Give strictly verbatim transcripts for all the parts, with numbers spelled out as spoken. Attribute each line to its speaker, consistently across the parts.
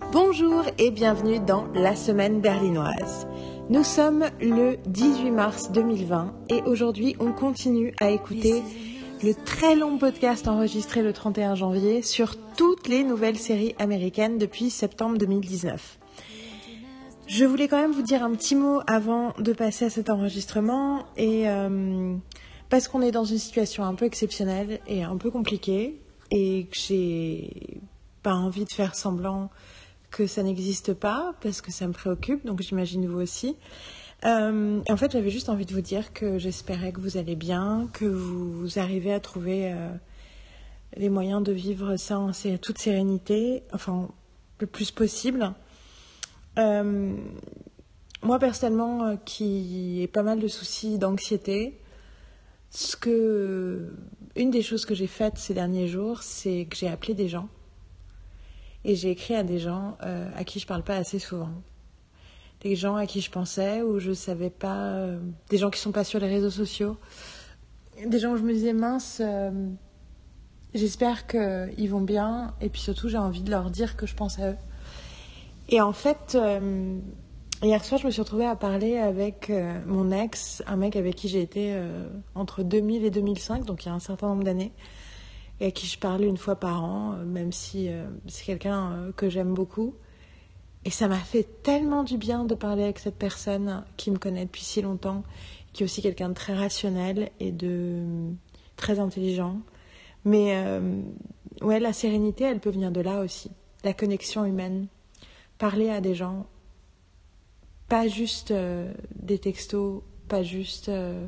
Speaker 1: Bonjour et bienvenue dans la semaine berlinoise. Nous sommes le dix-huit mars deux mille vingt et aujourd'hui on continue à écouter le très long podcast enregistré le trente et un janvier sur toutes les nouvelles séries américaines depuis septembre deux mille dix-neuf. Je voulais quand même vous dire un petit mot avant de passer à cet enregistrement et euh, parce qu'on est dans une situation un peu exceptionnelle et un peu compliquée et que j'ai pas envie de faire semblant que ça n'existe pas parce que ça me préoccupe, donc j'imagine vous aussi. Euh, en fait, j'avais juste envie de vous dire que j'espérais que vous allez bien, que vous arrivez à trouver euh, les moyens de vivre ça en toute sérénité, enfin le plus possible. Euh, moi personnellement, euh, qui ai pas mal de soucis d'anxiété, ce que, une des choses que j'ai faites ces derniers jours, c'est que j'ai appelé des gens. Et j'ai écrit à des gens euh, à qui je parle pas assez souvent. Des gens à qui je pensais ou je savais pas... Euh, des gens qui sont pas sur les réseaux sociaux. Des gens où je me disais, mince, euh, j'espère qu'ils vont bien. Et puis surtout, j'ai envie de leur dire que je pense à eux. Et en fait, euh, hier soir, je me suis retrouvée à parler avec euh, mon ex, un mec avec qui j'ai été euh, entre deux mille et deux mille cinq, donc il y a un certain nombre d'années. Et à qui je parle une fois par an, même si euh, c'est quelqu'un euh, que j'aime beaucoup. Et ça m'a fait tellement du bien de parler avec cette personne qui me connaît depuis si longtemps, qui est aussi quelqu'un de très rationnel et de très intelligent. Mais euh, ouais, la sérénité, elle peut venir de là aussi. La connexion humaine. Parler à des gens. Pas juste euh, des textos, pas juste... Euh,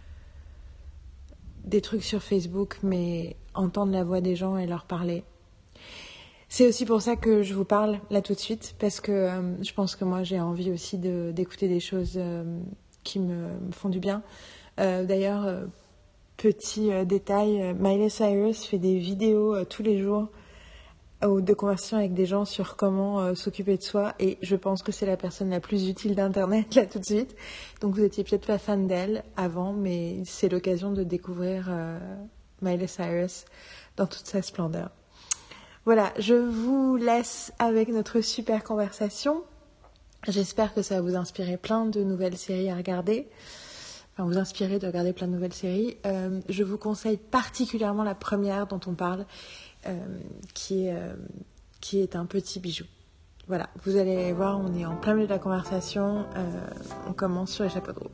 Speaker 1: des trucs sur Facebook, mais entendre la voix des gens et leur parler. C'est aussi pour ça que je vous parle là tout de suite, parce que euh, je pense que moi j'ai envie aussi de, d'écouter des choses euh, qui me, me font du bien. Euh, d'ailleurs, euh, petit euh, détail, euh, Miley Cyrus fait des vidéos euh, tous les jours ou de conversations avec des gens sur comment euh, s'occuper de soi, et je pense que c'est la personne la plus utile d'internet là tout de suite. Donc vous étiez peut-être pas fan d'elle avant, mais c'est l'occasion de découvrir euh, Miley Cyrus dans toute sa splendeur. Voilà, je vous laisse avec notre super conversation. J'espère que ça va vous inspirer plein de nouvelles séries à regarder, enfin vous inspirer de regarder plein de nouvelles séries. Euh, je vous conseille particulièrement la première dont on parle, Euh, qui, est, euh, qui est un petit bijou. Voilà, vous allez voir, on est en plein milieu de la conversation. Euh, on commence sur les chapeaux de roue.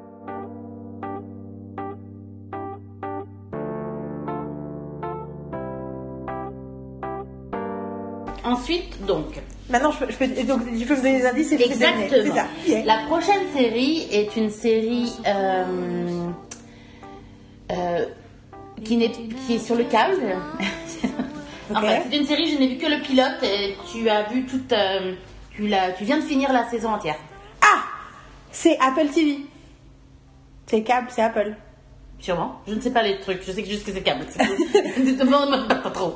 Speaker 2: Ensuite, donc...
Speaker 1: Maintenant, je peux, je peux, donc, je peux me donner des indices et
Speaker 2: exactement.
Speaker 1: C'est ça. Yeah.
Speaker 2: La prochaine série est une série euh, euh, qui, n'est, qui est sur le câble. En
Speaker 1: Okay.
Speaker 2: fait, c'est une série, je n'ai vu que le pilote et tu as vu toute... Euh, tu, l'as, tu viens de finir la saison entière.
Speaker 1: Ah, c'est Apple T V. C'est câble, c'est Apple.
Speaker 2: Sûrement. Je ne sais pas les trucs, je sais juste que c'est câble. Ne demande-moi pas trop.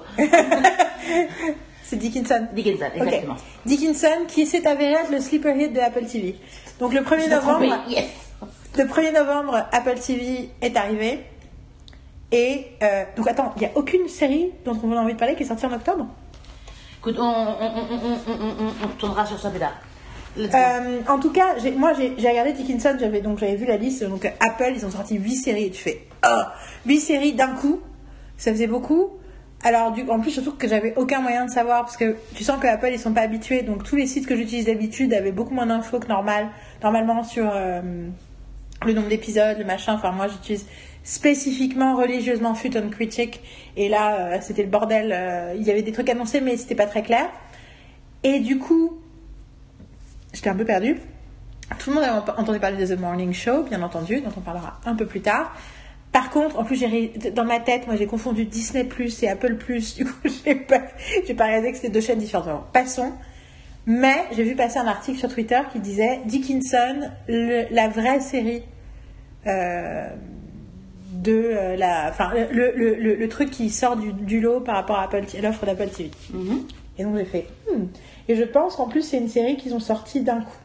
Speaker 1: C'est Dickinson.
Speaker 2: Dickinson, exactement.
Speaker 1: Okay. Dickinson qui s'est avéré être le sleeper hit de Apple T V. Donc le premier novembre,
Speaker 2: yes.
Speaker 1: le premier novembre, Apple T V est arrivé. Et euh, donc attends, il n'y a aucune série dont on a envie de parler qui est sortie en octobre.
Speaker 2: Écoute, on, on, on, on, on, on retournera sur ça plus tard.
Speaker 1: Euh, en tout cas, j'ai, moi j'ai, j'ai regardé Dickinson, j'avais, donc, j'avais vu la liste. Donc Apple, ils ont sorti huit séries et tu fais oh, huit séries d'un coup, ça faisait beaucoup. Alors du, en plus surtout que j'avais aucun moyen de savoir parce que tu sens que Apple ils sont pas habitués, donc tous les sites que j'utilise d'habitude avaient beaucoup moins d'infos que normal, normalement sur euh, le nombre d'épisodes, le machin. Enfin moi j'utilise spécifiquement religieusement Futon Critic et là euh, c'était le bordel. Euh, il y avait des trucs annoncés mais c'était pas très clair et du coup j'étais un peu perdue. Tout le monde a entendu parler de The Morning Show, bien entendu, dont on parlera un peu plus tard. Par contre, en plus, j'ai, dans ma tête, moi, j'ai confondu Disney plus et Apple plus. Du coup, j'ai pas, j'ai pas réalisé que c'était deux chaînes différentes. Alors, passons. Mais j'ai vu passer un article sur Twitter qui disait Dickinson, le, la vraie série euh, de euh, la, enfin, le, le, le, le truc qui sort du, du lot par rapport à Apple, l'offre d'Apple T V. Mm-hmm. Et donc j'ai fait. Hmm. Et je pense qu'en plus, c'est une série qu'ils ont sortie d'un coup.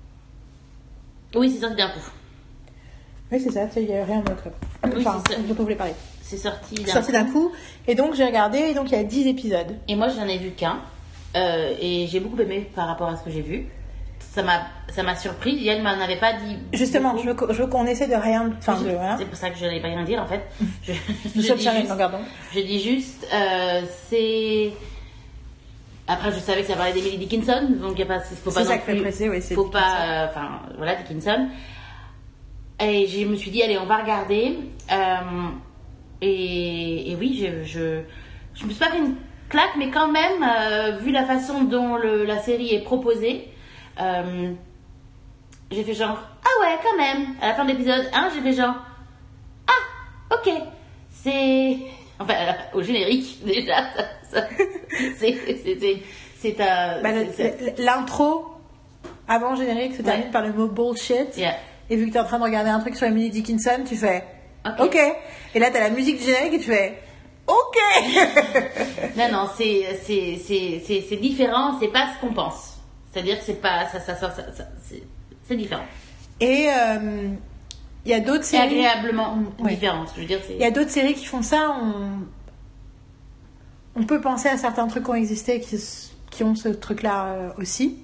Speaker 2: Oui, c'est sorti d'un coup.
Speaker 1: Oui, c'est ça, il n'y a rien d'autre. Enfin,
Speaker 2: oui,
Speaker 1: dont on voulait parler.
Speaker 2: C'est sorti d'un,
Speaker 1: sorti d'un coup. Et donc, j'ai regardé, et donc il y a dix épisodes.
Speaker 2: Et moi, je n'en ai vu qu'un. Euh, et j'ai beaucoup aimé par rapport à ce que j'ai vu. Ça m'a, ça m'a surpris. Yann m'en avait pas dit.
Speaker 1: Justement, je veux, je veux qu'on essaie de rien. Enfin,
Speaker 2: je,
Speaker 1: de, voilà.
Speaker 2: C'est pour ça que je n'allais pas rien dire en fait. Je,
Speaker 1: Nous
Speaker 2: je
Speaker 1: sommes
Speaker 2: dis
Speaker 1: jamais,
Speaker 2: juste,
Speaker 1: regardons.
Speaker 2: Je dis juste, euh, c'est. Après, je savais que ça parlait d'Emily Dickinson, donc il y a pas, faut pas
Speaker 1: c'est
Speaker 2: non
Speaker 1: ça que
Speaker 2: plus.
Speaker 1: fait presser, oui, c'est
Speaker 2: faut pas, enfin euh, voilà, Dickinson. Et je me suis dit, allez, on va regarder. Euh, et, et oui, je, je, je me suis pas fait une claque, mais quand même, euh, vu la façon dont le, la série est proposée, euh, j'ai fait genre, ah ouais, quand même. À la fin de l'épisode un, j'ai fait genre, ah, ok. C'est. Enfin, au générique, déjà, ça, ça, c'est. C'est. C'est. C'est, euh,
Speaker 1: bah,
Speaker 2: c'est, c'est...
Speaker 1: L'intro, avant le générique, se termine
Speaker 2: ouais.
Speaker 1: par le mot bullshit.
Speaker 2: Yeah.
Speaker 1: Et vu que tu es en train de regarder un truc sur Emily Dickinson, tu fais ok.
Speaker 2: Ok.
Speaker 1: Et là, tu as la musique du générique et tu fais ok.
Speaker 2: Non, non, c'est, c'est, c'est, c'est, c'est différent, c'est pas ce qu'on pense. C'est-à-dire que c'est pas. Ça, ça, ça, ça, ça c'est, c'est différent.
Speaker 1: Et il euh, y a d'autres
Speaker 2: c'est
Speaker 1: séries.
Speaker 2: agréablement
Speaker 1: ouais.
Speaker 2: différent. Je veux dire, c'est.
Speaker 1: Il y a d'autres séries qui font ça. On, on peut penser à certains trucs qui ont existé qui, qui ont ce truc-là euh, aussi.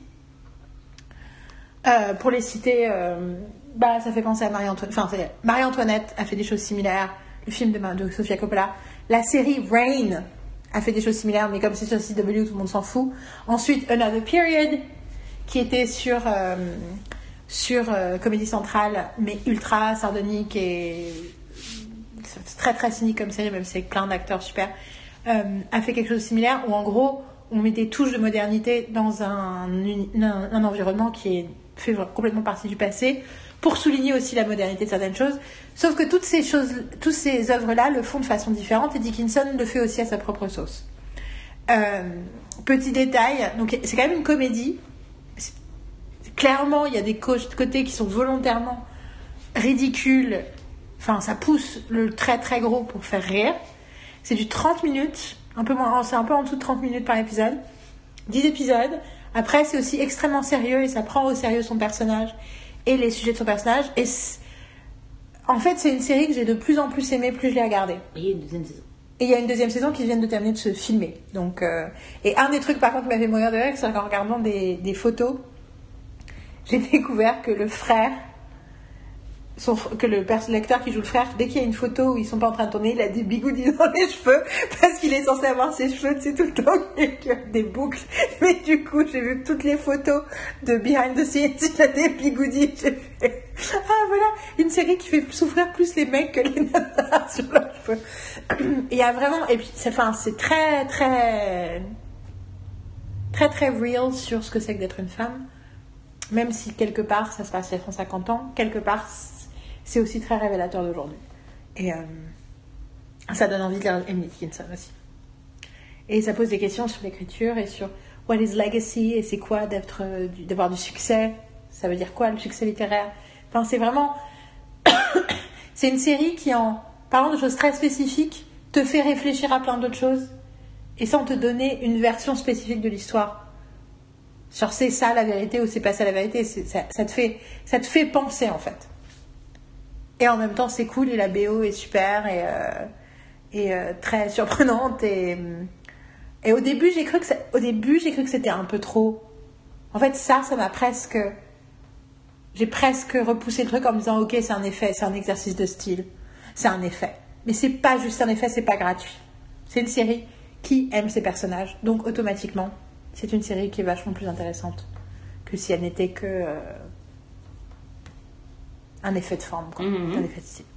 Speaker 1: Euh, pour les citer. Euh, Bah, ça fait penser à Marie-Antoinette. Enfin, Marie-Antoinette a fait des choses similaires. Le film de, de Sofia Coppola. La série Reign a fait des choses similaires, mais comme c'est sur C W, tout le monde s'en fout. Ensuite, Another Period, qui était sur, euh, sur euh, Comédie Centrale, mais ultra sardonique et très très cynique comme série, même si c'est plein d'acteurs super. Euh, a fait quelque chose de similaire, où en gros, on met des touches de modernité dans un, un, un environnement qui est, fait complètement partie du passé, pour souligner aussi la modernité de certaines choses. Sauf que toutes ces choses, toutes ces œuvres-là le font de façon différente, et Dickinson le fait aussi à sa propre sauce. Euh, petit détail, donc c'est quand même une comédie. C'est, clairement, il y a des côtés qui sont volontairement ridicules. Enfin, ça pousse le très très gros pour faire rire. C'est du trente minutes, un peu moins, c'est un peu en dessous de trente minutes par épisode. dix épisodes. Après, c'est aussi extrêmement sérieux et ça prend au sérieux son personnage et les sujets de son personnage. Et en fait, c'est une série que j'ai de plus en plus aimée plus je l'ai regardée.
Speaker 2: Et il y a une deuxième saison.
Speaker 1: Et il y a une deuxième saison qui vient de terminer de se filmer. Donc, euh... et un des trucs par contre qui m'avait mourir de rire, c'est qu'en regardant des, des photos, j'ai découvert que le frère, son, que le lecteur qui joue le frère, dès qu'il y a une photo où ils sont pas en train de tourner, il a des bigoudis dans les cheveux parce qu'il est censé avoir ses cheveux, tu sais, tout le temps, il a des boucles. Mais du coup, j'ai vu que toutes les photos de behind the scenes, il a des bigoudis. J'ai fait, ah voilà, une série qui fait souffrir plus les mecs que les nanas sur leurs cheveux. Il y a vraiment, et puis, c'est, enfin, c'est très, très, très, très real sur ce que c'est que d'être une femme. Même si quelque part, ça se passe il y a cent cinquante ans, quelque part, c'est aussi très révélateur d'aujourd'hui. Et euh, ça donne envie de lire Emily Dickinson aussi. Et ça pose des questions sur l'écriture et sur what is legacy et c'est quoi d'être, d'avoir du succès. Ça veut dire quoi le succès littéraire? Enfin, c'est vraiment... c'est une série qui, en parlant de choses très spécifiques, te fait réfléchir à plein d'autres choses et sans te donner une version spécifique de l'histoire. Genre c'est ça la vérité ou c'est pas ça la vérité. C'est, ça, ça, te fait, ça te fait penser en fait. Et en même temps, c'est cool et la B O est super et, euh, et euh, très surprenante. Et, et au, début, j'ai cru que ça, au début, j'ai cru que c'était un peu trop. En fait, ça, ça m'a presque... J'ai presque repoussé le truc en me disant, ok, c'est un effet, c'est un exercice de style. C'est un effet. Mais c'est pas juste un effet, c'est pas gratuit. C'est une série qui aime ses personnages. Donc, automatiquement, c'est une série qui est vachement plus intéressante que si elle n'était que... Euh, un effet de forme, quoi. Mm-hmm. Un effet de style.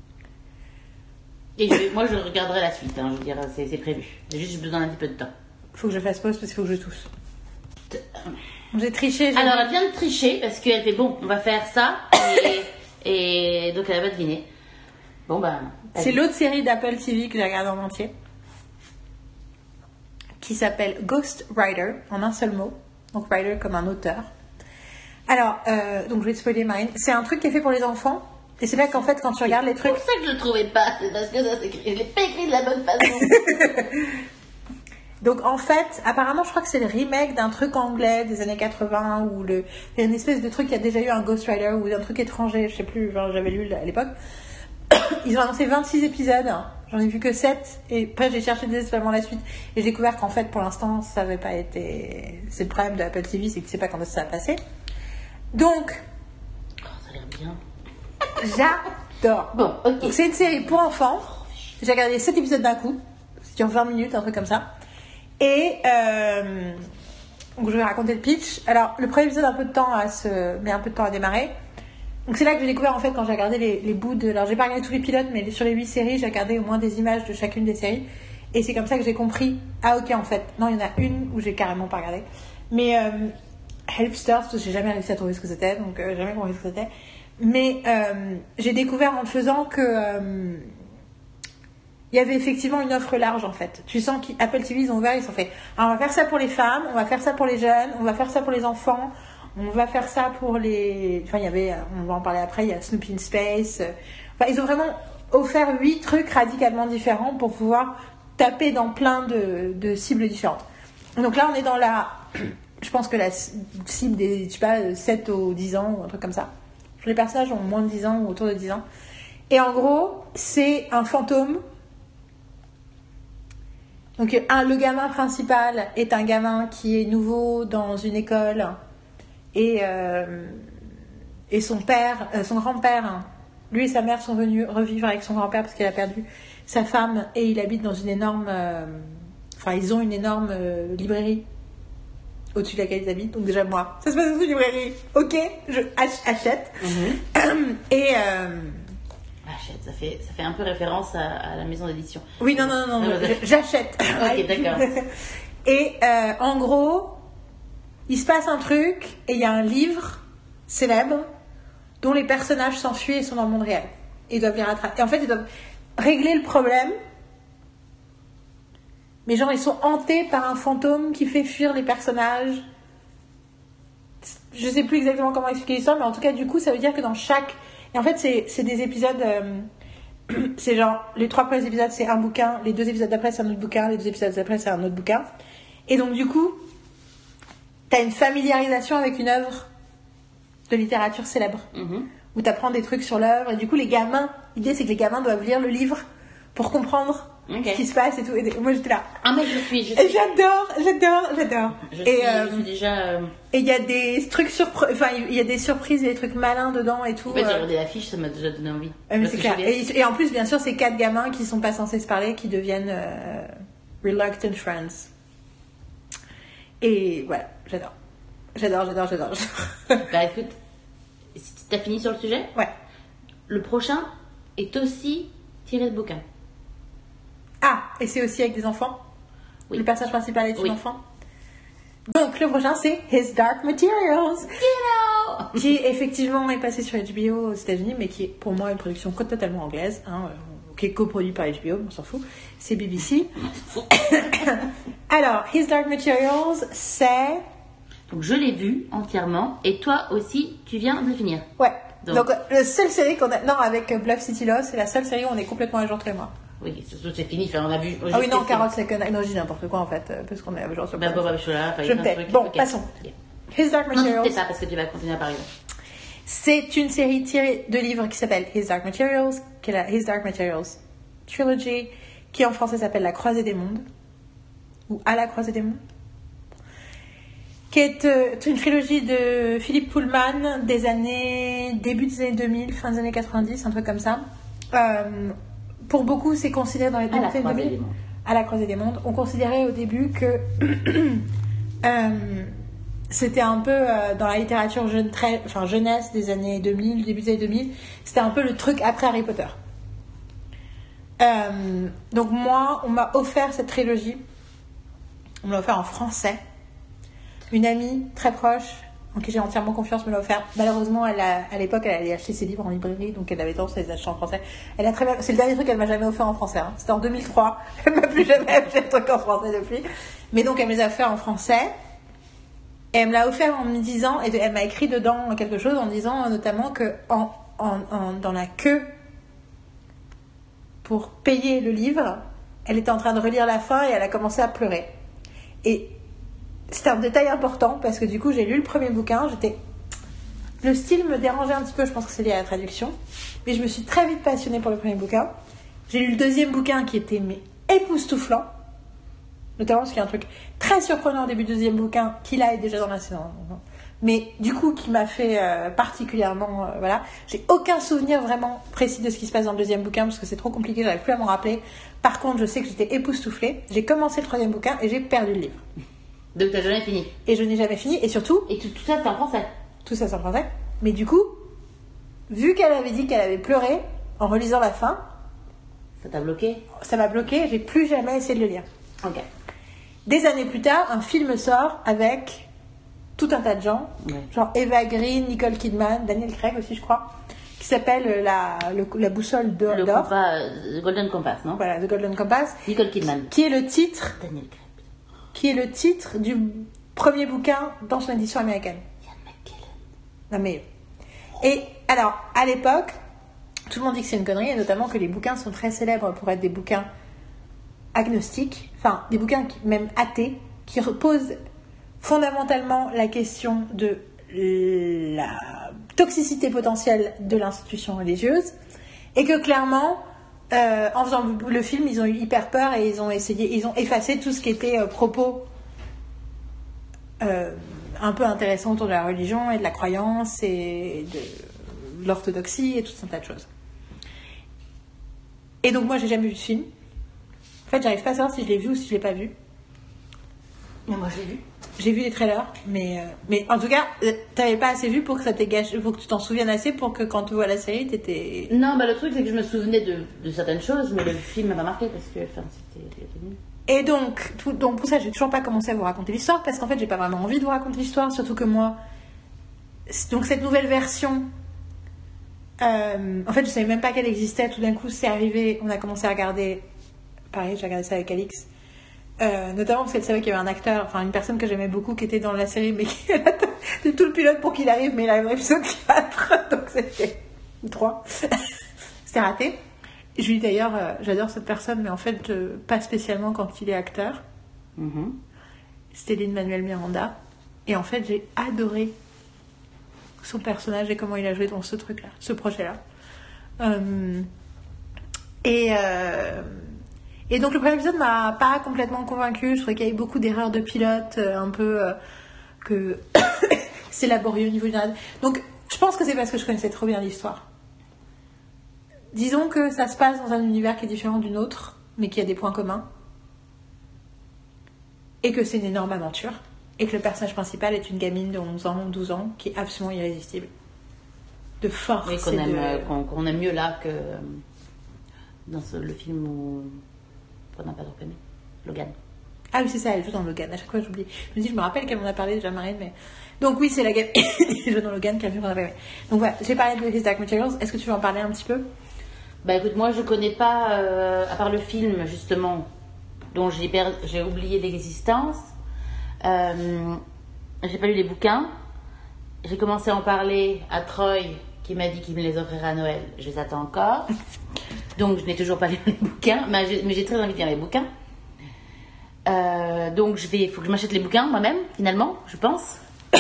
Speaker 2: Et je, moi, je regarderai la suite, hein, je veux dire, c'est, c'est prévu. J'ai juste besoin d'un petit peu de temps.
Speaker 1: Faut que je fasse pause parce qu'il faut que je tousse. J'ai triché. J'ai
Speaker 2: Alors, elle vient de tricher parce qu'elle fait bon, on va faire ça. Et, et donc, elle a pas deviné. Bon, ben. Bah,
Speaker 1: c'est l'autre série d'Apple T V que j'ai regardée en entier qui s'appelle Ghost Rider, en un seul mot. Donc, Rider comme un auteur. Alors, euh, donc je vais te spoiler Marine. C'est un truc qui est fait pour les enfants. Et c'est là qu'en fait, quand tu regardes les trucs...
Speaker 2: C'est pour ça que je le trouvais pas. C'est parce que ça s'écrit. Je l'ai pas écrit de la bonne façon.
Speaker 1: Donc en fait, apparemment, je crois que c'est le remake d'un truc anglais des années quatre-vingts ou le... Il y a une espèce de truc qui a déjà eu un Ghost Rider ou un truc étranger, je sais plus, genre, j'avais lu à l'époque. Ils ont annoncé vingt-six épisodes, J'en ai vu que sept. Et après, j'ai cherché désespérément la suite. Et j'ai découvert qu'en fait, pour l'instant, ça n'avait pas été... C'est le problème de Apple T V, c'est que tu sais pas quand ça va passer. Donc...
Speaker 2: Oh, ça a l'air bien.
Speaker 1: J'adore.
Speaker 2: Bon, ok.
Speaker 1: Donc, c'est une série pour enfants. J'ai regardé sept épisodes d'un coup. C'est dure vingt minutes, un truc comme ça. Et... Euh... Donc, je vais raconter le pitch. Alors, le premier épisode a un peu de temps à se... met un peu de temps à démarrer. Donc c'est là que j'ai découvert en fait quand j'ai regardé les, les bouts de... Alors j'ai pas regardé tous les pilotes, mais sur les huit séries, j'ai regardé au moins des images de chacune des séries. Et c'est comme ça que j'ai compris, ah ok en fait, non il y en a une où j'ai carrément pas regardé. Mais euh, Helpsters, j'ai jamais réussi à trouver ce que c'était, donc euh, j'ai jamais compris ce que c'était. Mais euh, j'ai découvert en le faisant que... Euh, il y avait effectivement une offre large en fait. Tu sens qu'Apple T V ils ont ouvert, ils ont fait, ah, on va faire ça pour les femmes, on va faire ça pour les jeunes, on va faire ça pour les enfants... On va faire ça pour les... Enfin, il y avait... On va en parler après, il y a Snoopy in Space. Enfin, ils ont vraiment offert huit trucs radicalement différents pour pouvoir taper dans plein de, de cibles différentes. Donc là, on est dans la... Je pense que la cible des, je sais pas, sept aux dix ans ou un truc comme ça. Les personnages ont moins de dix ans ou autour de dix ans. Et en gros, c'est un fantôme. Donc, un, le gamin principal est un gamin qui est nouveau dans une école... Et, euh, et son père, euh, son grand-père, hein, lui et sa mère sont venus revivre avec son grand-père parce qu'il a perdu sa femme et il habite dans une énorme... Euh, enfin, ils ont une énorme euh, librairie au-dessus de laquelle ils habitent. Donc déjà, moi, ça se passe dans une librairie. Ok, je ach- achète. Mm-hmm. Et... Euh,
Speaker 2: achète, ça fait, ça fait un peu référence à, à la maison d'édition.
Speaker 1: Oui, non, non, non, non, non je, j'achète.
Speaker 2: Ok, d'accord.
Speaker 1: Et euh, en gros... Il se passe un truc et il y a un livre célèbre dont les personnages s'enfuient et sont dans le monde réel. Et ils doivent les rattraper. Et en fait, ils doivent régler le problème. Mais genre, ils sont hantés par un fantôme qui fait fuir les personnages. Je sais plus exactement comment expliquer l'histoire, mais en tout cas, du coup, ça veut dire que dans chaque... Et en fait, c'est, c'est des épisodes... Euh... c'est genre, les trois premiers épisodes, c'est un bouquin. Les deux épisodes d'après, c'est un autre bouquin. Les deux épisodes d'après, c'est un autre bouquin. Et donc, du coup... T'as une familiarisation avec une œuvre de littérature célèbre, mm-hmm. où t'apprends des trucs sur l'œuvre, et du coup les gamins, l'idée c'est que les gamins doivent lire le livre pour comprendre okay. ce qui se passe et tout. Et moi j'étais là.
Speaker 2: Ah mais je suis, je suis.
Speaker 1: J'adore, j'adore, j'adore.
Speaker 2: Je
Speaker 1: et
Speaker 2: suis,
Speaker 1: euh,
Speaker 2: je suis déjà. Euh...
Speaker 1: Et il y a des trucs surpre... enfin il y a des surprises, il y a des trucs malins dedans et tout.
Speaker 2: En fait, j'ai regardé l'affiche, ça m'a déjà donné envie.
Speaker 1: Euh, mais c'est clair. Et, et en plus, bien sûr, c'est quatre gamins qui sont pas censés se parler, qui deviennent euh, reluctant friends. Et voilà, j'adore. J'adore, j'adore, j'adore.
Speaker 2: Bah écoute, t'as fini sur le sujet ?
Speaker 1: Ouais.
Speaker 2: Le prochain est aussi tiré de bouquin.
Speaker 1: Ah, et c'est aussi avec des enfants ? Oui. Le personnage principal est un oui. enfant ? Donc le prochain c'est His Dark Materials.
Speaker 2: You know.
Speaker 1: Qui effectivement est passé sur H B O aux États-Unis, mais qui est pour moi une production totalement anglaise, hein, qui est coproduit par H B O, on s'en fout. C'est B B C. Alors, His Dark Materials, c'est...
Speaker 2: Donc je l'ai vu entièrement et toi aussi tu viens de le finir.
Speaker 1: Ouais. Donc, Donc la seule série qu'on a, non avec Bluff City Law, c'est la seule série où on est complètement à jour toi et moi.
Speaker 2: Oui, c'est fini. Enfin, on a vu.
Speaker 1: Ah oui non, Carole c'est que non, je dis n'importe quoi en fait parce qu'on est à jour sur.
Speaker 2: Bah, bah, bah, je suis là.
Speaker 1: Je me tais. Bon, okay. Passons. Okay. His Dark Materials.
Speaker 2: Non, c'est ça parce que tu vas continuer à parler.
Speaker 1: C'est une série tirée de livres qui s'appelle His Dark Materials, qui est la His Dark Materials Trilogy, qui en français s'appelle La Croisée des Mondes ou À la Croisée des Mondes. Qui est euh, une trilogie de Philippe Pullman des années, début des années deux mille, fin des années quatre-vingt-dix, un truc comme ça. Euh, pour beaucoup, c'est considéré dans les débuts des années deux mille, à la croisée des mondes. On considérait au début que euh, c'était un peu euh, dans la littérature jeune, très, enfin, jeunesse des années deux mille, début des années deux mille, c'était un peu le truc après Harry Potter. Euh, donc moi, on m'a offert cette trilogie. On me l'a offert en français. Une amie très proche, en qui j'ai entièrement confiance, me l'a offert. Malheureusement, elle a, à l'époque, elle allait acheter ses livres en librairie, donc elle avait tendance à les acheter en français. Elle a très bien... C'est le dernier truc qu'elle m'a jamais offert en français. Hein. C'était en deux mille trois. Elle m'a plus jamais acheté de truc en français depuis. Mais donc, elle me les a offerts en français. Et elle me l'a offert en me disant, et elle m'a écrit dedans quelque chose en disant notamment que en, en, en, dans la queue pour payer le livre, elle était en train de relire la fin et elle a commencé à pleurer. Et c'était un détail important parce que du coup j'ai lu le premier bouquin, j'étais... le style me dérangeait un petit peu, je pense que c'est lié à la traduction, mais je me suis très vite passionnée pour le premier bouquin J'ai lu le deuxième bouquin qui était mais époustouflant. Notamment parce qu'il y a un truc très surprenant au début du deuxième bouquin qui là est déjà dans la saison. Mais du coup qui m'a fait euh, particulièrement... Euh, voilà. J'ai aucun souvenir vraiment précis de ce qui se passe dans le deuxième bouquin parce que c'est trop compliqué, j'arrive plus à m'en rappeler. Par contre, je sais que j'étais époustouflée. J'ai commencé le troisième bouquin et j'ai perdu le livre.
Speaker 2: Donc t'as jamais fini.
Speaker 1: Et je n'ai jamais fini. Et surtout...
Speaker 2: Et tout, tout ça c'est en français.
Speaker 1: Tout ça c'est en français. Mais du coup, vu qu'elle avait dit qu'elle avait pleuré en relisant la fin...
Speaker 2: Ça t'a bloqué?
Speaker 1: Ça m'a bloqué, j'ai plus jamais essayé de le lire.
Speaker 2: Ok.
Speaker 1: Des années plus tard, un film sort avec tout un tas de gens,
Speaker 2: ouais.
Speaker 1: genre Eva Green, Nicole Kidman, Daniel Craig aussi je crois, qui s'appelle la, le, la boussole d'or.
Speaker 2: Le compas, The Golden Compass, non?
Speaker 1: Voilà, The Golden Compass.
Speaker 2: Nicole Kidman.
Speaker 1: Qui est le titre,
Speaker 2: Daniel Craig.
Speaker 1: Qui est le titre du premier bouquin dans son édition américaine.
Speaker 2: Ian McKellen.
Speaker 1: Non mais... Et alors, à l'époque, tout le monde dit que c'est une connerie, et notamment que les bouquins sont très célèbres pour être des bouquins agnostiques, enfin des bouquins qui, même athées, qui reposent fondamentalement la question de la toxicité potentielle de l'institution religieuse, et que clairement, euh, en faisant le film, ils ont eu hyper peur et ils ont essayé, ils ont effacé tout ce qui était euh, propos euh, un peu intéressants autour de la religion et de la croyance et de l'orthodoxie et tout un tas de choses. Et donc moi, j'ai jamais vu ce film. En fait, j'arrive pas à savoir si je l'ai vu ou si je l'ai pas vu.
Speaker 2: Mais moi, je l'ai vu.
Speaker 1: J'ai vu les trailers, mais, euh, mais en tout cas, euh, t'avais pas assez vu pour que ça t'ait gâché, pour que tu t'en souviennes assez pour que quand tu vois la série, t'étais...
Speaker 2: Non, bah le truc, c'est que je me souvenais de, de certaines choses, mais le film m'a pas marqué parce que enfin, c'était, c'était nul.
Speaker 1: Et donc, tout, donc, pour ça, j'ai toujours pas commencé à vous raconter l'histoire parce qu'en fait, j'ai pas vraiment envie de vous raconter l'histoire, surtout que moi... Donc, cette nouvelle version... Euh, en fait, je savais même pas qu'elle existait. Tout d'un coup, c'est arrivé, on a commencé à regarder... Pareil, j'ai regardé ça avec Alix. Euh, notamment parce qu'elle savait qu'il y avait un acteur, enfin une personne que j'aimais beaucoup qui était dans la série, mais qui c'est tout le pilote pour qu'il arrive, mais il arrive à l'épisode quatre, donc c'était trois. C'était raté. Je lui dis d'ailleurs, euh, j'adore cette personne, mais en fait, euh, pas spécialement quand il est acteur.
Speaker 2: Mm-hmm.
Speaker 1: C'était Lin-Manuel Miranda. Et en fait, j'ai adoré son personnage et comment il a joué dans ce truc-là, ce projet-là. Euh, et... Euh, Et donc le premier épisode m'a pas complètement convaincue. Je trouvais qu'il y avait beaucoup d'erreurs de pilote, euh, un peu euh, que c'est laborieux au niveau du narratif. Donc je pense que c'est parce que je connaissais trop bien l'histoire. Disons que ça se passe dans un univers qui est différent du nôtre, mais qui a des points communs. Et que c'est une énorme aventure. Et que le personnage principal est une gamine de onze ans, douze ans, qui est absolument irrésistible. De force.
Speaker 2: Oui, qu'on
Speaker 1: et
Speaker 2: aime,
Speaker 1: de...
Speaker 2: qu'on, qu'on aime mieux là que dans ce, le film où... qu'on n'a pas reconnu. Logan.
Speaker 1: Ah oui, c'est ça, elle joue dans Logan. À chaque fois, j'oublie. Je me dis, je me rappelle qu'elle m'en a parlé déjà, Marine, mais... Donc oui, c'est la gamme qui joue dans Logan qui a vu qu'on a pas. Donc voilà, j'ai parlé de His Dark Materials. Est-ce que tu veux en parler un petit peu?
Speaker 2: Bah écoute, moi je connais pas, euh, à part le film justement, dont j'ai, per... j'ai oublié l'existence. Euh, j'ai pas lu les bouquins. J'ai commencé à en parler à Troy, qui m'a dit qu'il me les offrirait à Noël. Je les attends encore. Donc je n'ai toujours pas lu les bouquins, mais j'ai, mais j'ai très envie de lire les bouquins. Euh, donc je vais, il faut que je m'achète les bouquins moi-même, finalement, je pense.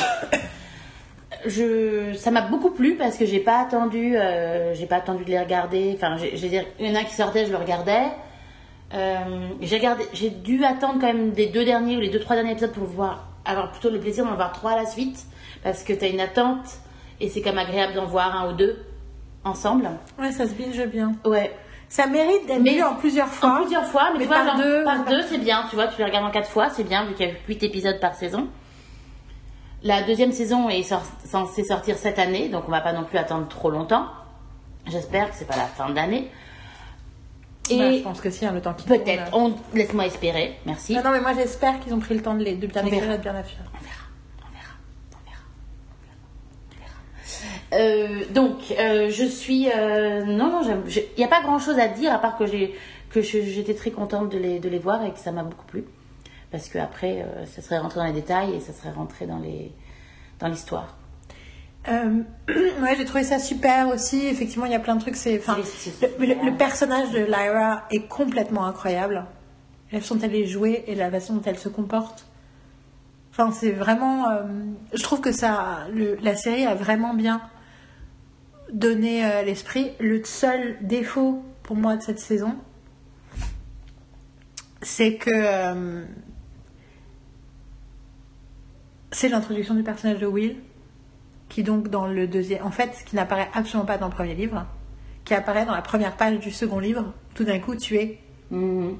Speaker 2: Je, ça m'a beaucoup plu parce que j'ai pas attendu, euh, j'ai pas attendu de les regarder. Enfin, j'ai, j'ai, il y en a un qui sortait, je le regardais. Euh, j'ai regardé, j'ai dû attendre quand même des deux derniers ou les deux trois derniers épisodes pour voir, avoir plutôt le plaisir d'en voir trois à la suite, parce que t'as une attente et c'est quand même agréable d'en voir un ou deux ensemble.
Speaker 1: Ouais, ça se binge bien.
Speaker 2: Ouais.
Speaker 1: Ça mérite d'être vu en plusieurs fois.
Speaker 2: En plusieurs fois, mais, mais tu vois,
Speaker 1: par
Speaker 2: genre,
Speaker 1: deux,
Speaker 2: par
Speaker 1: par...
Speaker 2: deux, c'est bien. Tu vois, tu les regardes en quatre fois, c'est bien, vu qu'il y a huit épisodes par saison. La deuxième saison est sor- censée sortir cette année, donc on va pas non plus attendre trop longtemps. J'espère que c'est pas la fin de l'année.
Speaker 1: Et bah, je pense que si, hein, le temps qui
Speaker 2: peut-être.
Speaker 1: tourne, là.
Speaker 2: On... Laisse-moi espérer, merci.
Speaker 1: Non, non, mais moi j'espère qu'ils ont pris le temps de, les... de bien
Speaker 2: on
Speaker 1: écrire
Speaker 2: verra.
Speaker 1: et de bien afficher.
Speaker 2: On verra, on verra, on verra, on verra. Euh, donc, euh, je suis... Euh, non, non, il n'y a pas grand-chose à dire, à part que, j'ai, que je, j'étais très contente de les, de les voir et que ça m'a beaucoup plu. Parce qu'après, euh, ça serait rentré dans les détails et ça serait rentré dans, les, dans l'histoire.
Speaker 1: Euh, ouais, j'ai trouvé ça super aussi. Effectivement, il y a plein de trucs. C'est, enfin, le, le, le personnage de Lyra est complètement incroyable. La façon dont elle est jouée et la façon dont elle se comporte. Enfin, c'est vraiment... Euh, je trouve que ça, le, la série a vraiment bien donné euh, l'esprit. Le seul défaut pour moi de cette saison, c'est que euh, c'est l'introduction du personnage de Will, qui donc dans le deuxième, en fait, qui n'apparaît absolument pas dans le premier livre, qui apparaît dans la première page du second livre. Tout d'un coup, tu es.
Speaker 2: Mm-hmm.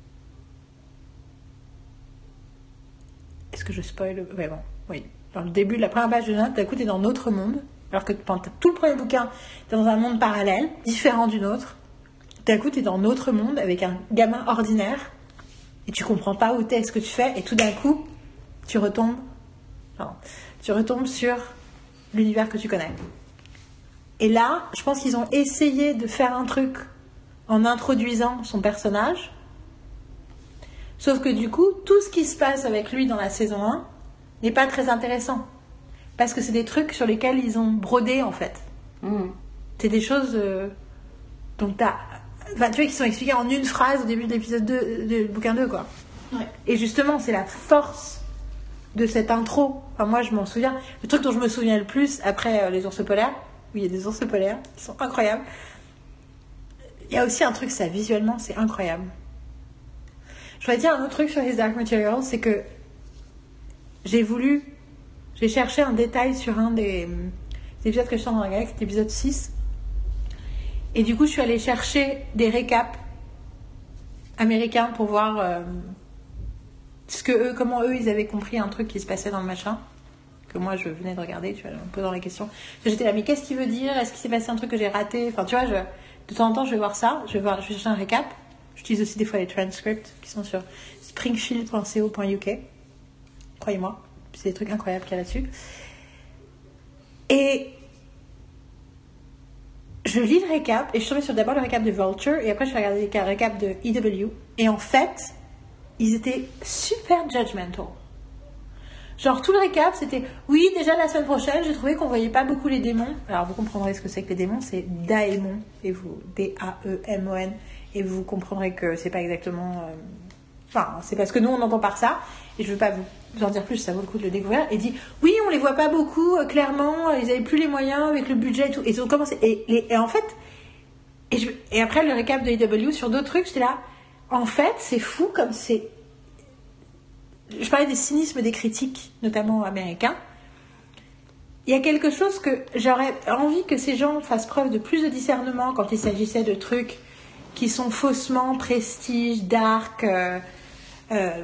Speaker 1: Est-ce que je spoil? Ouais, bon, oui. Dans le début de la première page de note, d'un coup, tu es dans un autre monde, alors que pendant tout le premier bouquin, tu es dans un monde parallèle, différent du nôtre. D'un coup, tu es dans un autre monde avec un gamin ordinaire, et tu comprends pas où tu es, ce que tu fais, et tout d'un coup, tu retombes, non, tu retombes sur l'univers que tu connais. Et là, je pense qu'ils ont essayé de faire un truc en introduisant son personnage. Sauf que du coup, tout ce qui se passe avec lui dans la saison un n'est pas très intéressant. Parce que c'est des trucs sur lesquels ils ont brodé, en fait.
Speaker 2: Mmh.
Speaker 1: C'est des choses euh, dont t'as... Enfin, tu vois, qui sont expliquées en une phrase au début de l'épisode deux, du bouquin deux, quoi.
Speaker 2: Ouais.
Speaker 1: Et justement, c'est la force de cette intro. Enfin, moi, je m'en souviens. Le truc dont je me souviens le plus, après euh, les ours polaires, où il y a des ours polaires qui sont incroyables. Il y a aussi un truc, ça, visuellement, c'est incroyable. Je voudrais dire un autre truc sur His Dark Materials, c'est que j'ai voulu... J'ai cherché un détail sur un des, des épisodes que je suis en train de regarder, c'est l'épisode six. Et du coup, je suis allée chercher des récaps américains pour voir euh, ce que eux, comment eux, ils avaient compris un truc qui se passait dans le machin. Que moi, je venais de regarder, tu vois, en me posant la question. J'étais là, mais qu'est-ce qu'il veut dire? Est-ce qu'il s'est passé un truc que j'ai raté? Enfin, tu vois, je, de temps en temps, je vais voir ça. Je vais, voir, je vais chercher un récap. J'utilise aussi des fois les transcripts qui sont sur springfield point co point u k. Croyez-moi. C'est des trucs incroyables qu'il y a là-dessus. Et je lis le récap, et je suis tombée sur d'abord le récap de Vulture, et après je suis regardé le récap de E W. Et en fait, ils étaient super judgmental. Genre, tout le récap, c'était oui, déjà la semaine prochaine, j'ai trouvé qu'on voyait pas beaucoup les démons. Alors, vous comprendrez ce que c'est que les démons, c'est daemon, et vous, D A E M O N, et vous comprendrez que c'est pas exactement. Euh... Enfin, c'est parce que nous on entend par ça, et je veux pas vous. vous en dire plus, ça vaut le coup de le découvrir, et dit oui, on les voit pas beaucoup, euh, clairement, ils avaient plus les moyens avec le budget et tout, et ils ont commencé, et, et, et en fait, et, je, et après le récap de E W sur d'autres trucs, j'étais là, en fait, c'est fou comme c'est, je parlais des cynismes des critiques, notamment américains, il y a quelque chose que j'aurais envie que ces gens fassent preuve de plus de discernement quand il s'agissait de trucs qui sont faussement prestige, dark, euh, euh,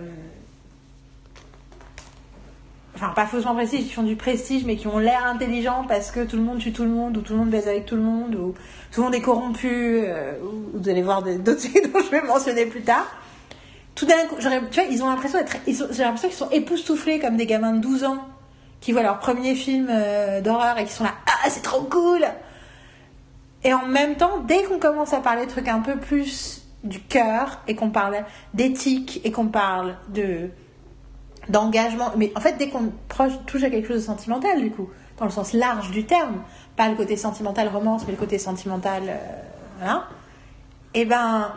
Speaker 1: enfin pas faussement prestige, qui font du prestige mais qui ont l'air intelligents parce que tout le monde tue tout le monde, ou tout le monde baise avec tout le monde, ou tout le monde est corrompu, euh, ou vous allez voir d'autres trucs dont je vais mentionner plus tard. Tout d'un coup, j'aurais, tu vois, ils ont l'impression d'être, ils ont, j'ai l'impression qu'ils sont époustouflés comme des gamins de douze ans qui voient leur premier film euh, d'horreur et qui sont là, ah c'est trop cool. Et en même temps, dès qu'on commence à parler de trucs un peu plus du cœur et qu'on parle d'éthique et qu'on parle de d'engagement, mais en fait dès qu'on proche, touche à quelque chose de sentimental du coup, dans le sens large du terme, pas le côté sentimental romance mais le côté sentimental euh, voilà, et ben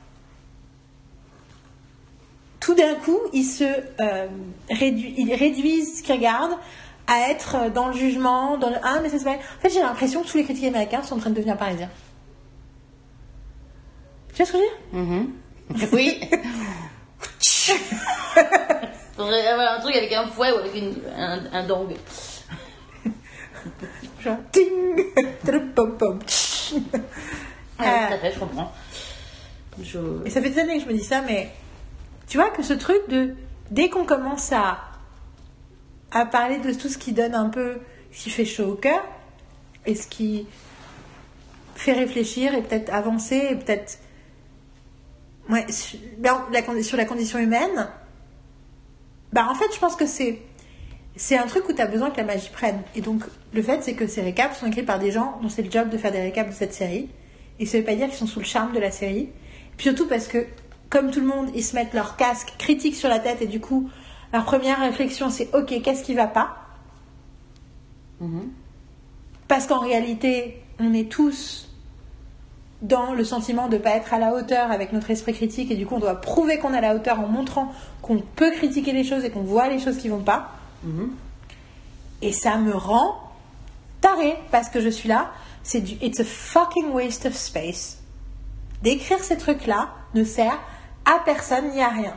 Speaker 1: tout d'un coup ils se euh, rédu- ils réduisent ce qu'ils regardent à être dans le jugement, dans le ah mais ça c'est pas. En fait j'ai l'impression que tous les critiques américains sont en train de devenir parisiens. Tu vois ce que je veux dire?
Speaker 2: Mm-hmm. Oui. On devrait avoir un truc avec un fouet ou avec une, un, un dong.
Speaker 1: Genre, ting. Pom pom.
Speaker 2: Ah, tout à fait, je comprends. Je...
Speaker 1: Et ça fait des années que je me dis ça, mais tu vois que ce truc de dès qu'on commence à à parler de tout ce qui donne un peu, ce qui fait chaud au cœur et ce qui fait réfléchir et peut-être avancer et peut-être ouais, sur, la, sur la condition humaine, bah en fait je pense que c'est c'est un truc où tu as besoin que la magie prenne. Et donc le fait c'est que ces récaps sont écrits par des gens dont c'est le job de faire des récaps de cette série, et ça veut pas dire qu'ils sont sous le charme de la série, et puis surtout parce que comme tout le monde ils se mettent leur casque critique sur la tête, et du coup leur première réflexion c'est ok, qu'est-ce qui va pas? Mmh. Parce qu'en réalité on est tous dans le sentiment de ne pas être à la hauteur avec notre esprit critique, et du coup on doit prouver qu'on est à la hauteur en montrant qu'on peut critiquer les choses et qu'on voit les choses qui vont pas. Mmh. Et ça me rend tarée parce que je suis là, c'est du it's a fucking waste of space d'écrire ces trucs-là ne sert à personne ni à rien.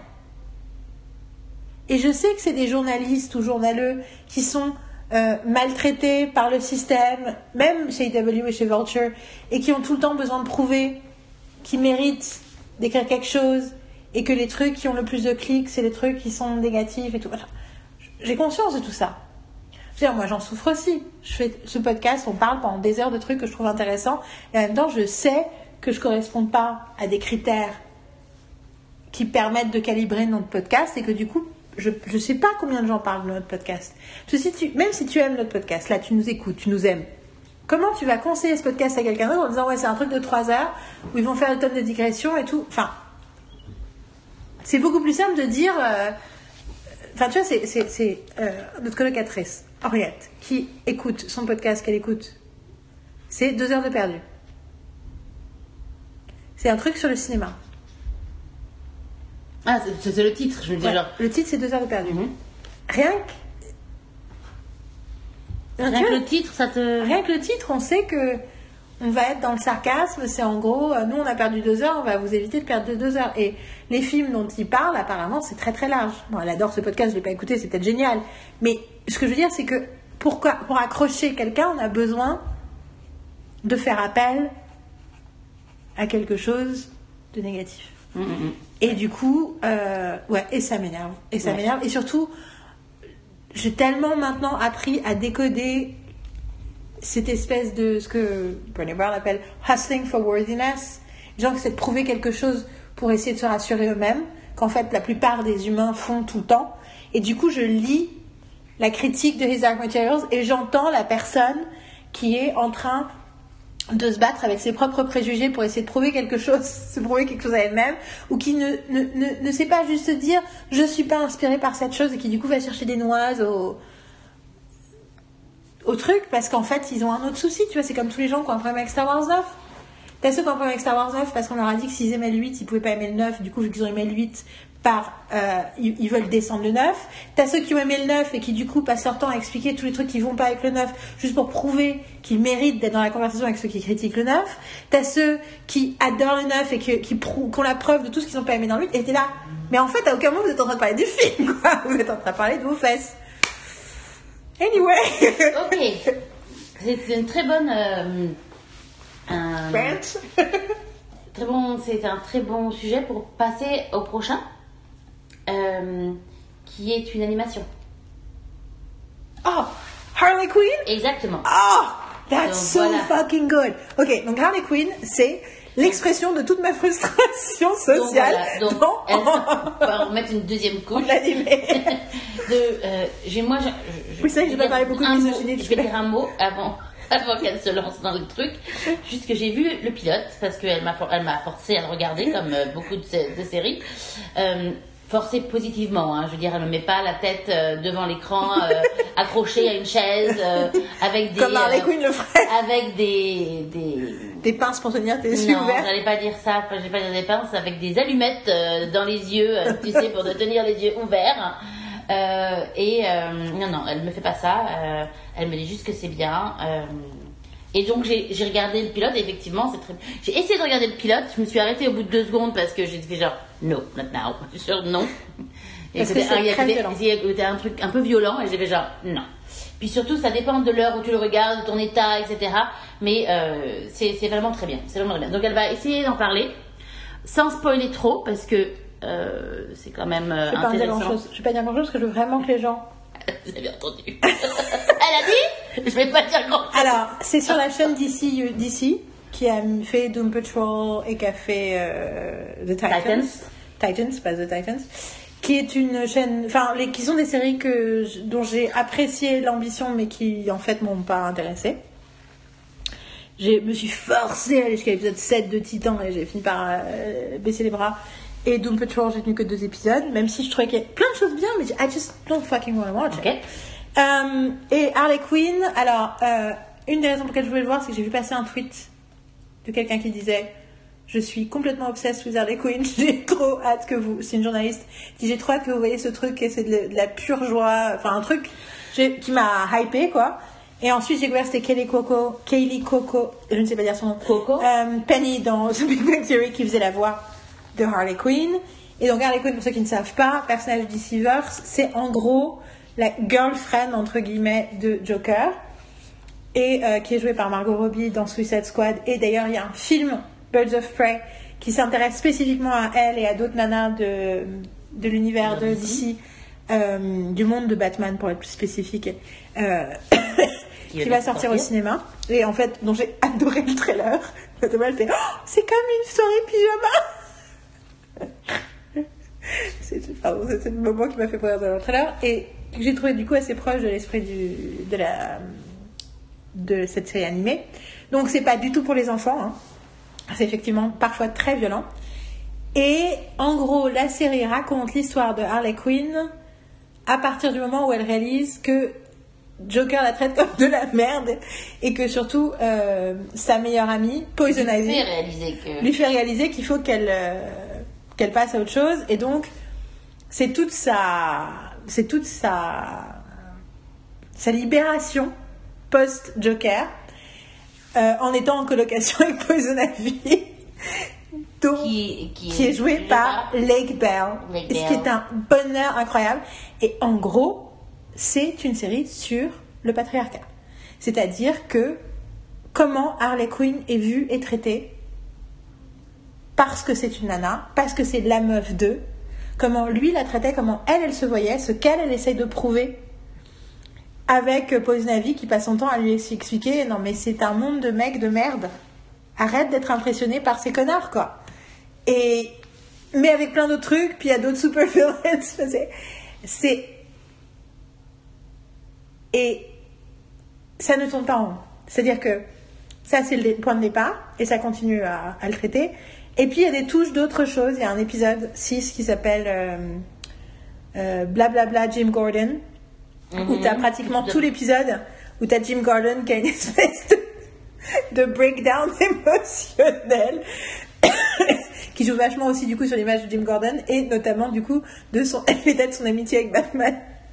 Speaker 1: Et je sais que c'est des journalistes ou journaleux qui sont euh, maltraités par le système, même chez I W et chez Vulture, et qui ont tout le temps besoin de prouver qu'ils méritent d'écrire quelque chose, et que les trucs qui ont le plus de clics, c'est les trucs qui sont négatifs et tout. J'ai conscience de tout ça. Je veux dire, moi, j'en souffre aussi. Je fais ce podcast, on parle pendant des heures de trucs que je trouve intéressants, et en même temps, je sais que je ne corresponds pas à des critères qui permettent de calibrer notre podcast, et que du coup, je ne sais pas combien de gens parlent de notre podcast. Parce que si tu, même si tu aimes notre podcast, là, tu nous écoutes, tu nous aimes, comment tu vas conseiller ce podcast à quelqu'un d'autre en disant, ouais, c'est un truc de trois heures, où ils vont faire le tome de digression et tout. Enfin, c'est beaucoup plus simple de dire... Euh, Enfin, tu vois, c'est, c'est, c'est euh, notre colocatrice, Henriette, qui écoute son podcast qu'elle écoute. C'est deux heures de perdu. C'est un truc sur le cinéma.
Speaker 2: Ah, c'est, c'est le titre, je me dis
Speaker 1: Ouais,
Speaker 2: genre.
Speaker 1: le titre, c'est deux heures de perdu.
Speaker 2: Mm-hmm.
Speaker 1: Rien que...
Speaker 2: Rien que le titre, ça te...
Speaker 1: Rien que le titre, on sait que on va être dans le sarcasme. C'est en gros, euh, nous, on a perdu deux heures, on va vous éviter de perdre deux heures. Et les films dont il parle, apparemment, c'est très très large. Bon, elle adore ce podcast, je ne l'ai pas écouté, c'est peut-être génial. Mais ce que je veux dire, c'est que pour, pour accrocher quelqu'un, on a besoin de faire appel à quelque chose de négatif.
Speaker 2: Mm-hmm.
Speaker 1: Et du coup, euh, ouais, et ça m'énerve. Et ça
Speaker 2: ouais. m'énerve.
Speaker 1: Et surtout, j'ai tellement maintenant appris à décoder cette espèce de ce que Brené Brown appelle hustling for worthiness. Genre que c'est de prouver quelque chose pour essayer de se rassurer eux-mêmes, qu'en fait la plupart des humains font tout le temps. Et du coup, je lis la critique de His Dark Materials et j'entends la personne qui est en train de se battre avec ses propres préjugés pour essayer de prouver quelque chose, se prouver quelque chose à elle-même, ou qui ne, ne, ne, ne sait pas juste se dire « je suis pas inspirée par cette chose » et qui du coup va chercher des noises au... au truc, parce qu'en fait, ils ont un autre souci, tu vois, c'est comme tous les gens qui ont un problème avec Star Wars neuf. T'as ceux qui ont un problème avec Star Wars neuf parce qu'on leur a dit que s'ils aimaient le huit, ils pouvaient pas aimer le neuf, du coup, vu qu'ils ont aimé le huit, par, euh, ils, ils veulent descendre le neuf. T'as ceux qui ont aimé le neuf et qui, du coup, passent leur temps à expliquer tous les trucs qui vont pas avec le neuf, juste pour prouver qu'ils méritent d'être dans la conversation avec ceux qui critiquent le neuf. T'as ceux qui adorent le neuf et qui, qui, prou- qui ont la preuve de tout ce qu'ils ont pas aimé dans le huit, et t'es là. Mais en fait, à aucun moment, vous êtes en train de parler du film, quoi. Vous êtes en train de parler de vos fesses. Anyway.
Speaker 2: Ok. C'est une très bonne. Euh, un, très bon, c'est un très bon sujet pour passer au prochain, euh, qui est une animation.
Speaker 1: Oh, Harley Quinn?
Speaker 2: Exactement.
Speaker 1: Oh, that's so
Speaker 2: donc, voilà.
Speaker 1: fucking good. Ok, donc Harley Quinn, c'est l'expression de toute ma frustration sociale.
Speaker 2: Donc, voilà. Donc,
Speaker 1: dans...
Speaker 2: elle va remettre une deuxième couche.
Speaker 1: L'animé.
Speaker 2: de, euh, j'ai, moi, je, je,
Speaker 1: oui, c'est vrai que j'ai pas parlé beaucoup de misogynie.
Speaker 2: Je vais dire un mot avant, avant qu'elle se lance dans le truc. Juste que j'ai vu le pilote, parce qu'elle m'a, elle m'a forcé à le regarder, comme euh, beaucoup de, de séries. Euh, forcé positivement, hein. Je veux dire, elle ne met pas la tête euh, devant l'écran, euh, accrochée à une chaise, euh, avec des...
Speaker 1: Comme Harley Quinn le ferait.
Speaker 2: Avec des... Des,
Speaker 1: des pinces pour tenir tes yeux
Speaker 2: non,
Speaker 1: ouverts.
Speaker 2: Non, j'allais pas dire ça, je vais pas dire des pinces, avec des allumettes euh, dans les yeux, euh, tu sais, pour de tenir les yeux ouverts. Euh, et euh, non, non, elle me fait pas ça, euh, elle me dit juste que c'est bien. Euh, et donc j'ai, j'ai regardé le pilote, et effectivement, c'est très... J'ai essayé de regarder le pilote, je me suis arrêtée au bout de deux secondes parce que j'ai fait genre, no, not now, je suis sûre, non. Et
Speaker 1: parce que c'est
Speaker 2: un,
Speaker 1: très violent.
Speaker 2: C'était un truc un peu violent, et j'ai fait genre, non. Puis surtout, ça dépend de l'heure où tu le regardes, de ton état, et cetera. Mais euh, c'est, c'est vraiment très bien, c'est vraiment très bien. Donc elle va essayer d'en parler, sans spoiler trop, parce que euh, c'est quand même euh,
Speaker 1: je vais pas dire
Speaker 2: intéressant.
Speaker 1: grand-chose. Je vais pas dire grand-chose parce que je veux vraiment que les gens...
Speaker 2: Vous avez entendu. Elle a dit, je vais pas dire grand-chose.
Speaker 1: Alors, c'est sur la chaîne D C, D C qui a fait Doom Patrol et qui a fait euh, The Titans.
Speaker 2: Titans.
Speaker 1: Titans, pas The Titans. Qui est une chaîne, enfin, les, qui sont des séries que, dont j'ai apprécié l'ambition, mais qui en fait m'ont pas intéressée. Je me suis forcée à aller jusqu'à l'épisode sept de Titan et j'ai fini par euh, baisser les bras. Et Doom Patrol, j'ai tenu que deux épisodes, même si je trouvais qu'il y avait plein de choses bien, mais I just don't fucking want to watch it.
Speaker 2: Okay.
Speaker 1: Euh, et Harley Quinn, alors, euh, une des raisons pour lesquelles je voulais le voir, c'est que j'ai vu passer un tweet de quelqu'un qui disait « Je suis complètement obsesse with Harley Quinn, j'ai trop hâte que vous... » C'est une journaliste qui dit « J'ai trop hâte que vous voyez ce truc, et c'est de la, de la pure joie. » Enfin, un truc j'ai, qui m'a hypé, quoi. Et ensuite, j'ai découvert c'était Kaylee Coco, Kaylee Coco, je ne sais pas dire son nom,
Speaker 2: Coco.
Speaker 1: Euh, Penny dans The Big Bang Theory qui faisait la voix de Harley Quinn. Et donc Harley Quinn, pour ceux qui ne savent pas, personnage du D C verse, c'est en gros la girlfriend entre guillemets de Joker, et euh, qui est jouée par Margot Robbie dans Suicide Squad. Et d'ailleurs, il y a un film, Birds of Prey, qui s'intéresse spécifiquement à elle et à d'autres nanas de, de l'univers de D C, euh, du monde de Batman pour être plus spécifique, euh, qui, qui va sortir, sortir au cinéma. Et en fait, dont j'ai adoré le trailer. Notamment, elle fait oh, c'est comme une soirée pyjama. c'est, pardon, c'est, c'est le moment qui m'a fait rire dans le trailer et que j'ai trouvé du coup assez proche de l'esprit du, de la de cette série animée. Donc c'est pas du tout pour les enfants, hein. C'est effectivement parfois très violent. Et en gros, la série raconte l'histoire de Harley Quinn à partir du moment où elle réalise que Joker la traite comme de la merde et que surtout euh, sa meilleure amie, Poison Ivy,
Speaker 2: lui fait réaliser, que...
Speaker 1: lui fait réaliser qu'il faut qu'elle, euh, qu'elle passe à autre chose. Et donc, c'est toute sa, c'est toute sa, sa libération post-Joker. Euh, en étant en colocation avec Poison Ivy, donc, qui, qui, qui est, est joué par Lake Bell, Lake Bell. Ce qui est un bonheur incroyable. Et en gros, c'est une série sur le patriarcat. C'est-à-dire que comment Harley Quinn est vue et traitée parce que c'est une nana, parce que c'est la meuf d'eux, comment lui la traitait, comment elle, elle se voyait, ce qu'elle, elle essaye de prouver. Avec Poison Ivy qui passe son temps à lui expliquer non mais c'est un monde de mecs de merde. Arrête d'être impressionné par ces connards quoi. Et mais avec plein d'autres trucs, puis il y a d'autres super villains. C'est, c'est et ça ne tourne pas en rond. C'est-à-dire que ça c'est le point de départ et ça continue à, à le traiter. Et puis il y a des touches d'autres choses. Il y a un épisode six qui s'appelle euh, euh, Blablabla Jim Gordon. Mm-hmm. Où t'as pratiquement tout l'épisode où t'as Jim Gordon qui a une espèce de, de breakdown émotionnel qui joue vachement aussi du coup sur l'image de Jim Gordon et notamment du coup de son peut-être son amitié avec Batman.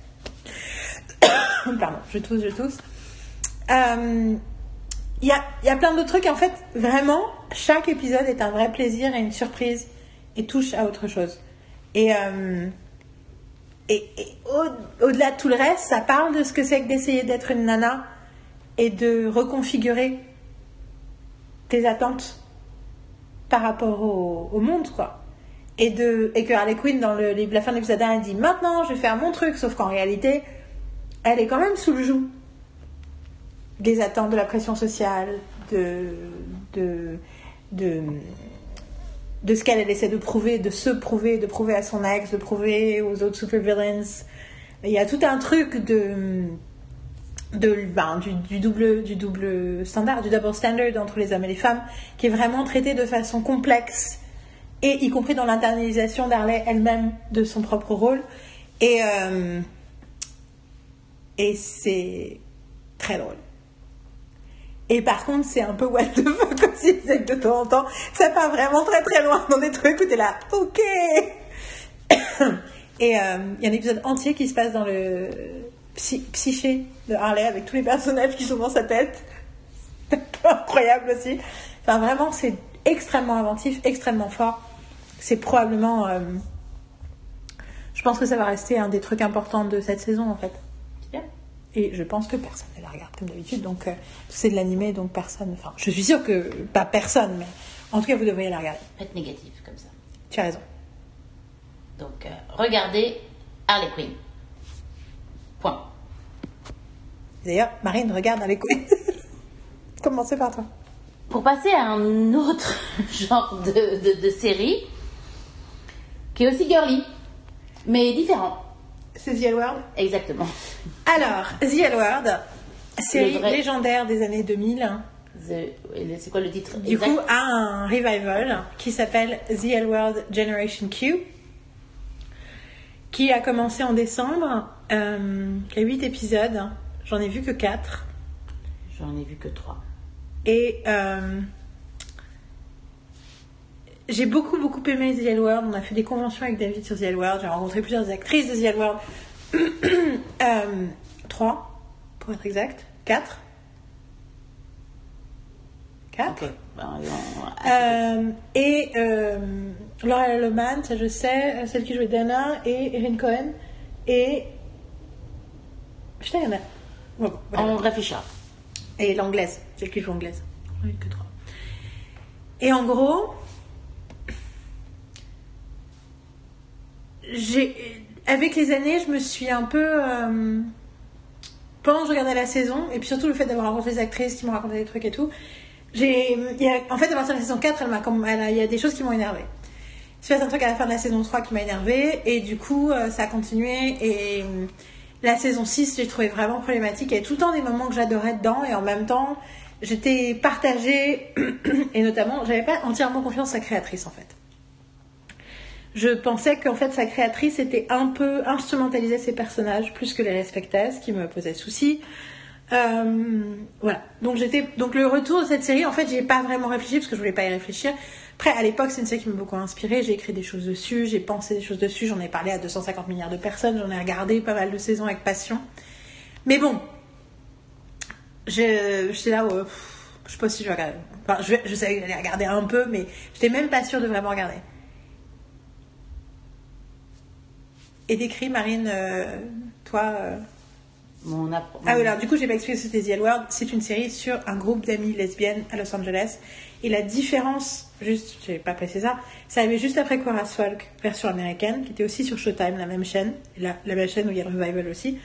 Speaker 1: Pardon, je tousse, je tousse. Il euh, y a, y a plein d'autres trucs. En fait, vraiment, chaque épisode est un vrai plaisir et une surprise et touche à autre chose. Et euh, Et, et au, au-delà de tout le reste, ça parle de ce que c'est que d'essayer d'être une nana et de reconfigurer tes attentes par rapport au, au monde, quoi. Et, de, et que Harley Quinn, dans le, la fin de l'épisode un, elle dit « Maintenant, je vais faire mon truc », sauf qu'en réalité, elle est quand même sous le joug des attentes, de la pression sociale, de... de, de de ce qu'elle elle essaie de prouver, de se prouver, de prouver à son ex, de prouver aux autres supervillains. Il y a tout un truc de, de ben, du, du, double, du double standard, du double standard entre les hommes et les femmes, qui est vraiment traité de façon complexe, et y compris dans l'internalisation d'Harley elle-même de son propre rôle. Et, euh, et c'est très drôle. Et par contre, c'est un peu what the fuck aussi, c'est que de temps en temps, ça part vraiment très très loin dans des trucs où t'es là, ok. Et il euh, y a un épisode entier qui se passe dans le psy- psyché de Harley avec tous les personnages qui sont dans sa tête. C'est incroyable aussi. Enfin, vraiment, c'est extrêmement inventif, extrêmement fort. C'est probablement, euh, je pense que ça va rester un des trucs importants de cette saison en fait.
Speaker 2: C'est bien.
Speaker 1: Et je pense que personne ne la regarde comme d'habitude, donc euh, c'est de l'animé, donc personne. Enfin, je suis sûre que pas personne, mais en tout cas, vous devriez la regarder.
Speaker 2: Faites négatif comme ça.
Speaker 1: Tu as raison.
Speaker 2: Donc, euh, regardez Harley Quinn. Point.
Speaker 1: D'ailleurs, Marine regarde Harley Quinn. Commencez par toi.
Speaker 2: Pour passer à un autre genre de, de, de série, qui est aussi girly, mais différent.
Speaker 1: C'est The L Word.
Speaker 2: Exactement.
Speaker 1: Alors, The L Word, série vrai... légendaire des années deux mille.
Speaker 2: The... C'est quoi le titre
Speaker 1: Du exact. coup, a un revival qui s'appelle The L Word Generation Q, qui a commencé en décembre. Euh, il y a huit épisodes. J'en ai vu que quatre.
Speaker 2: J'en ai vu que trois.
Speaker 1: Et euh, j'ai beaucoup beaucoup aimé The L Word. On a fait des conventions avec David sur The L Word. J'ai rencontré plusieurs actrices de The L Word. euh, trois, pour être exact. quatre. quatre.
Speaker 2: Okay. Ben, on...
Speaker 1: euh, et euh, Laura Loman, ça je sais, celle qui jouait Dana, et Erin Cohen, et... Putain, il y en a... Bon, voilà.
Speaker 2: On réfléchira.
Speaker 1: Et l'anglaise, celle qui joue anglaise. Oui, que trois. Et en gros, j'ai, avec les années, je me suis un peu, euh, pendant que je regardais la saison, et puis surtout le fait d'avoir rencontré des actrices qui m'ont raconté des trucs et tout, j'ai, y a, en fait, à partir de la saison quatre, elle m'a, il y a des choses qui m'ont énervée. Il se passe un truc à la fin de la saison trois qui m'a énervée, et du coup, euh, ça a continué, et la saison six, j'ai trouvé vraiment problématique. Il y avait tout le temps des moments que j'adorais dedans, et en même temps, j'étais partagée, et notamment, j'avais pas entièrement confiance en sa créatrice, en fait. Je pensais qu'en fait, sa créatrice était un peu instrumentalisait ses personnages plus que les respectait, ce qui me posait souci. Euh, voilà. Donc, j'étais, donc, le retour de cette série, en fait, j'y ai pas vraiment réfléchi parce que je voulais pas y réfléchir. Après, à l'époque, c'est une série qui m'a beaucoup inspirée. J'ai écrit des choses dessus, j'ai pensé des choses dessus, j'en ai parlé à deux cent cinquante milliards de personnes, j'en ai regardé pas mal de saisons avec passion. Mais bon, je, j'étais là, euh, je sais pas si je vais regarder. Enfin, je, je savais que j'allais regarder un peu, mais j'étais même pas sûre de vraiment regarder. Et d'écrit, Marine, euh, toi. Euh...
Speaker 2: Mon app-
Speaker 1: Ah oui, alors du coup, j'ai pas expliqué ce que c'était The L Word. C'est une série sur un groupe d'amies lesbiennes à Los Angeles. Et la différence, juste, j'ai pas précisé ça, ça arrivait juste après Queer as Folk, version américaine, qui était aussi sur Showtime, la même chaîne, la, la même chaîne où il y a le revival aussi.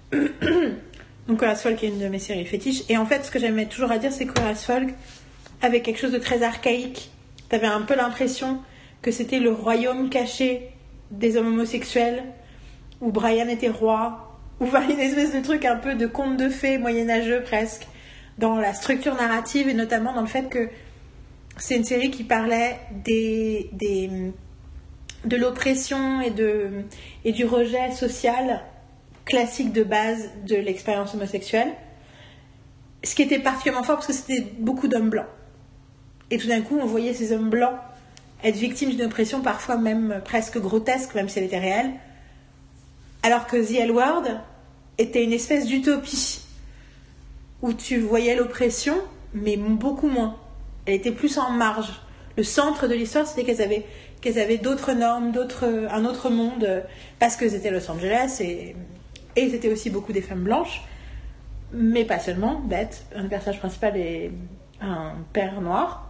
Speaker 1: Donc Queer as Folk est une de mes séries fétiches. Et en fait, ce que j'aimais toujours à dire, c'est Queer as Folk avait quelque chose de très archaïque. T'avais un peu l'impression que c'était le royaume caché des hommes homosexuels, où Brian était roi, où il y a une espèce de truc un peu de conte de fées moyenâgeux presque, dans la structure narrative et notamment dans le fait que c'est une série qui parlait des, des, de l'oppression et, de, et du rejet social classique de base de l'expérience homosexuelle. Ce qui était particulièrement fort parce que c'était beaucoup d'hommes blancs. Et tout d'un coup, on voyait ces hommes blancs être victimes d'une oppression parfois même presque grotesque, même si elle était réelle. Alors que The L Word était une espèce d'utopie où tu voyais l'oppression, mais beaucoup moins. Elle était plus en marge. Le centre de l'histoire, c'était qu'elles avaient, qu'elles avaient d'autres normes, d'autres, un autre monde, parce que c'était Los Angeles, et, et c'était aussi beaucoup des femmes blanches, mais pas seulement. Beth, un des personnages principaux, est un père noir.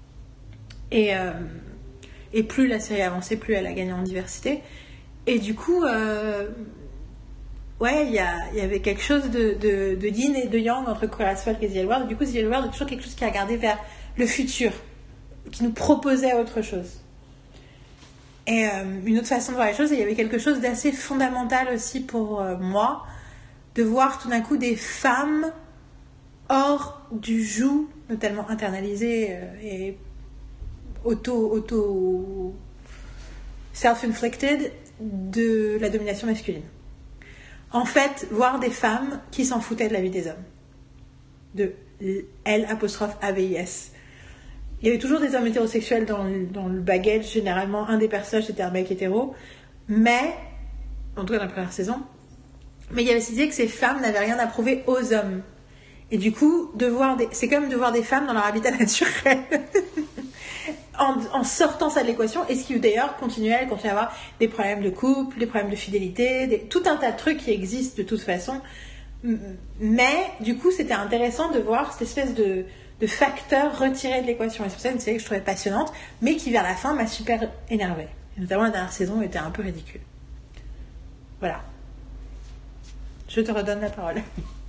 Speaker 1: Et, euh, et plus la série avançait, plus elle a gagné en diversité. Et du coup, euh, ouais, il y, y avait quelque chose de, de, de yin et de yang entre Queer as Folk et The L Word. Du coup, The L Word est toujours quelque chose qui a regardé vers le futur, qui nous proposait autre chose. Et euh, une autre façon de voir les choses, et il y avait quelque chose d'assez fondamental aussi pour euh, moi, de voir tout d'un coup des femmes hors du joug, totalement internalisé euh, et auto, auto self-inflicted, de la domination masculine. En fait, voir des femmes qui s'en foutaient de la vie des hommes. De L apostrophe A V I S. Il y avait toujours des hommes hétérosexuels dans le, dans le baggage. Généralement, un des personnages était un mec hétéro. Mais, en tout cas dans la première saison, mais il y avait cette idée que ces femmes n'avaient rien à prouver aux hommes. Et du coup, de voir des, c'est comme de voir des femmes dans leur habitat naturel. En, en sortant ça de l'équation, et ce qui d'ailleurs continuait, elle continue à avoir des problèmes de couple, des problèmes de fidélité, des, tout un tas de trucs qui existent de toute façon. Mais du coup, c'était intéressant de voir cette espèce de, de facteur retiré de l'équation. Et c'est pour ça une série que je trouvais passionnante, mais qui vers la fin m'a super énervée. Et notamment la dernière saison était un peu ridicule. Voilà. Je te redonne la parole.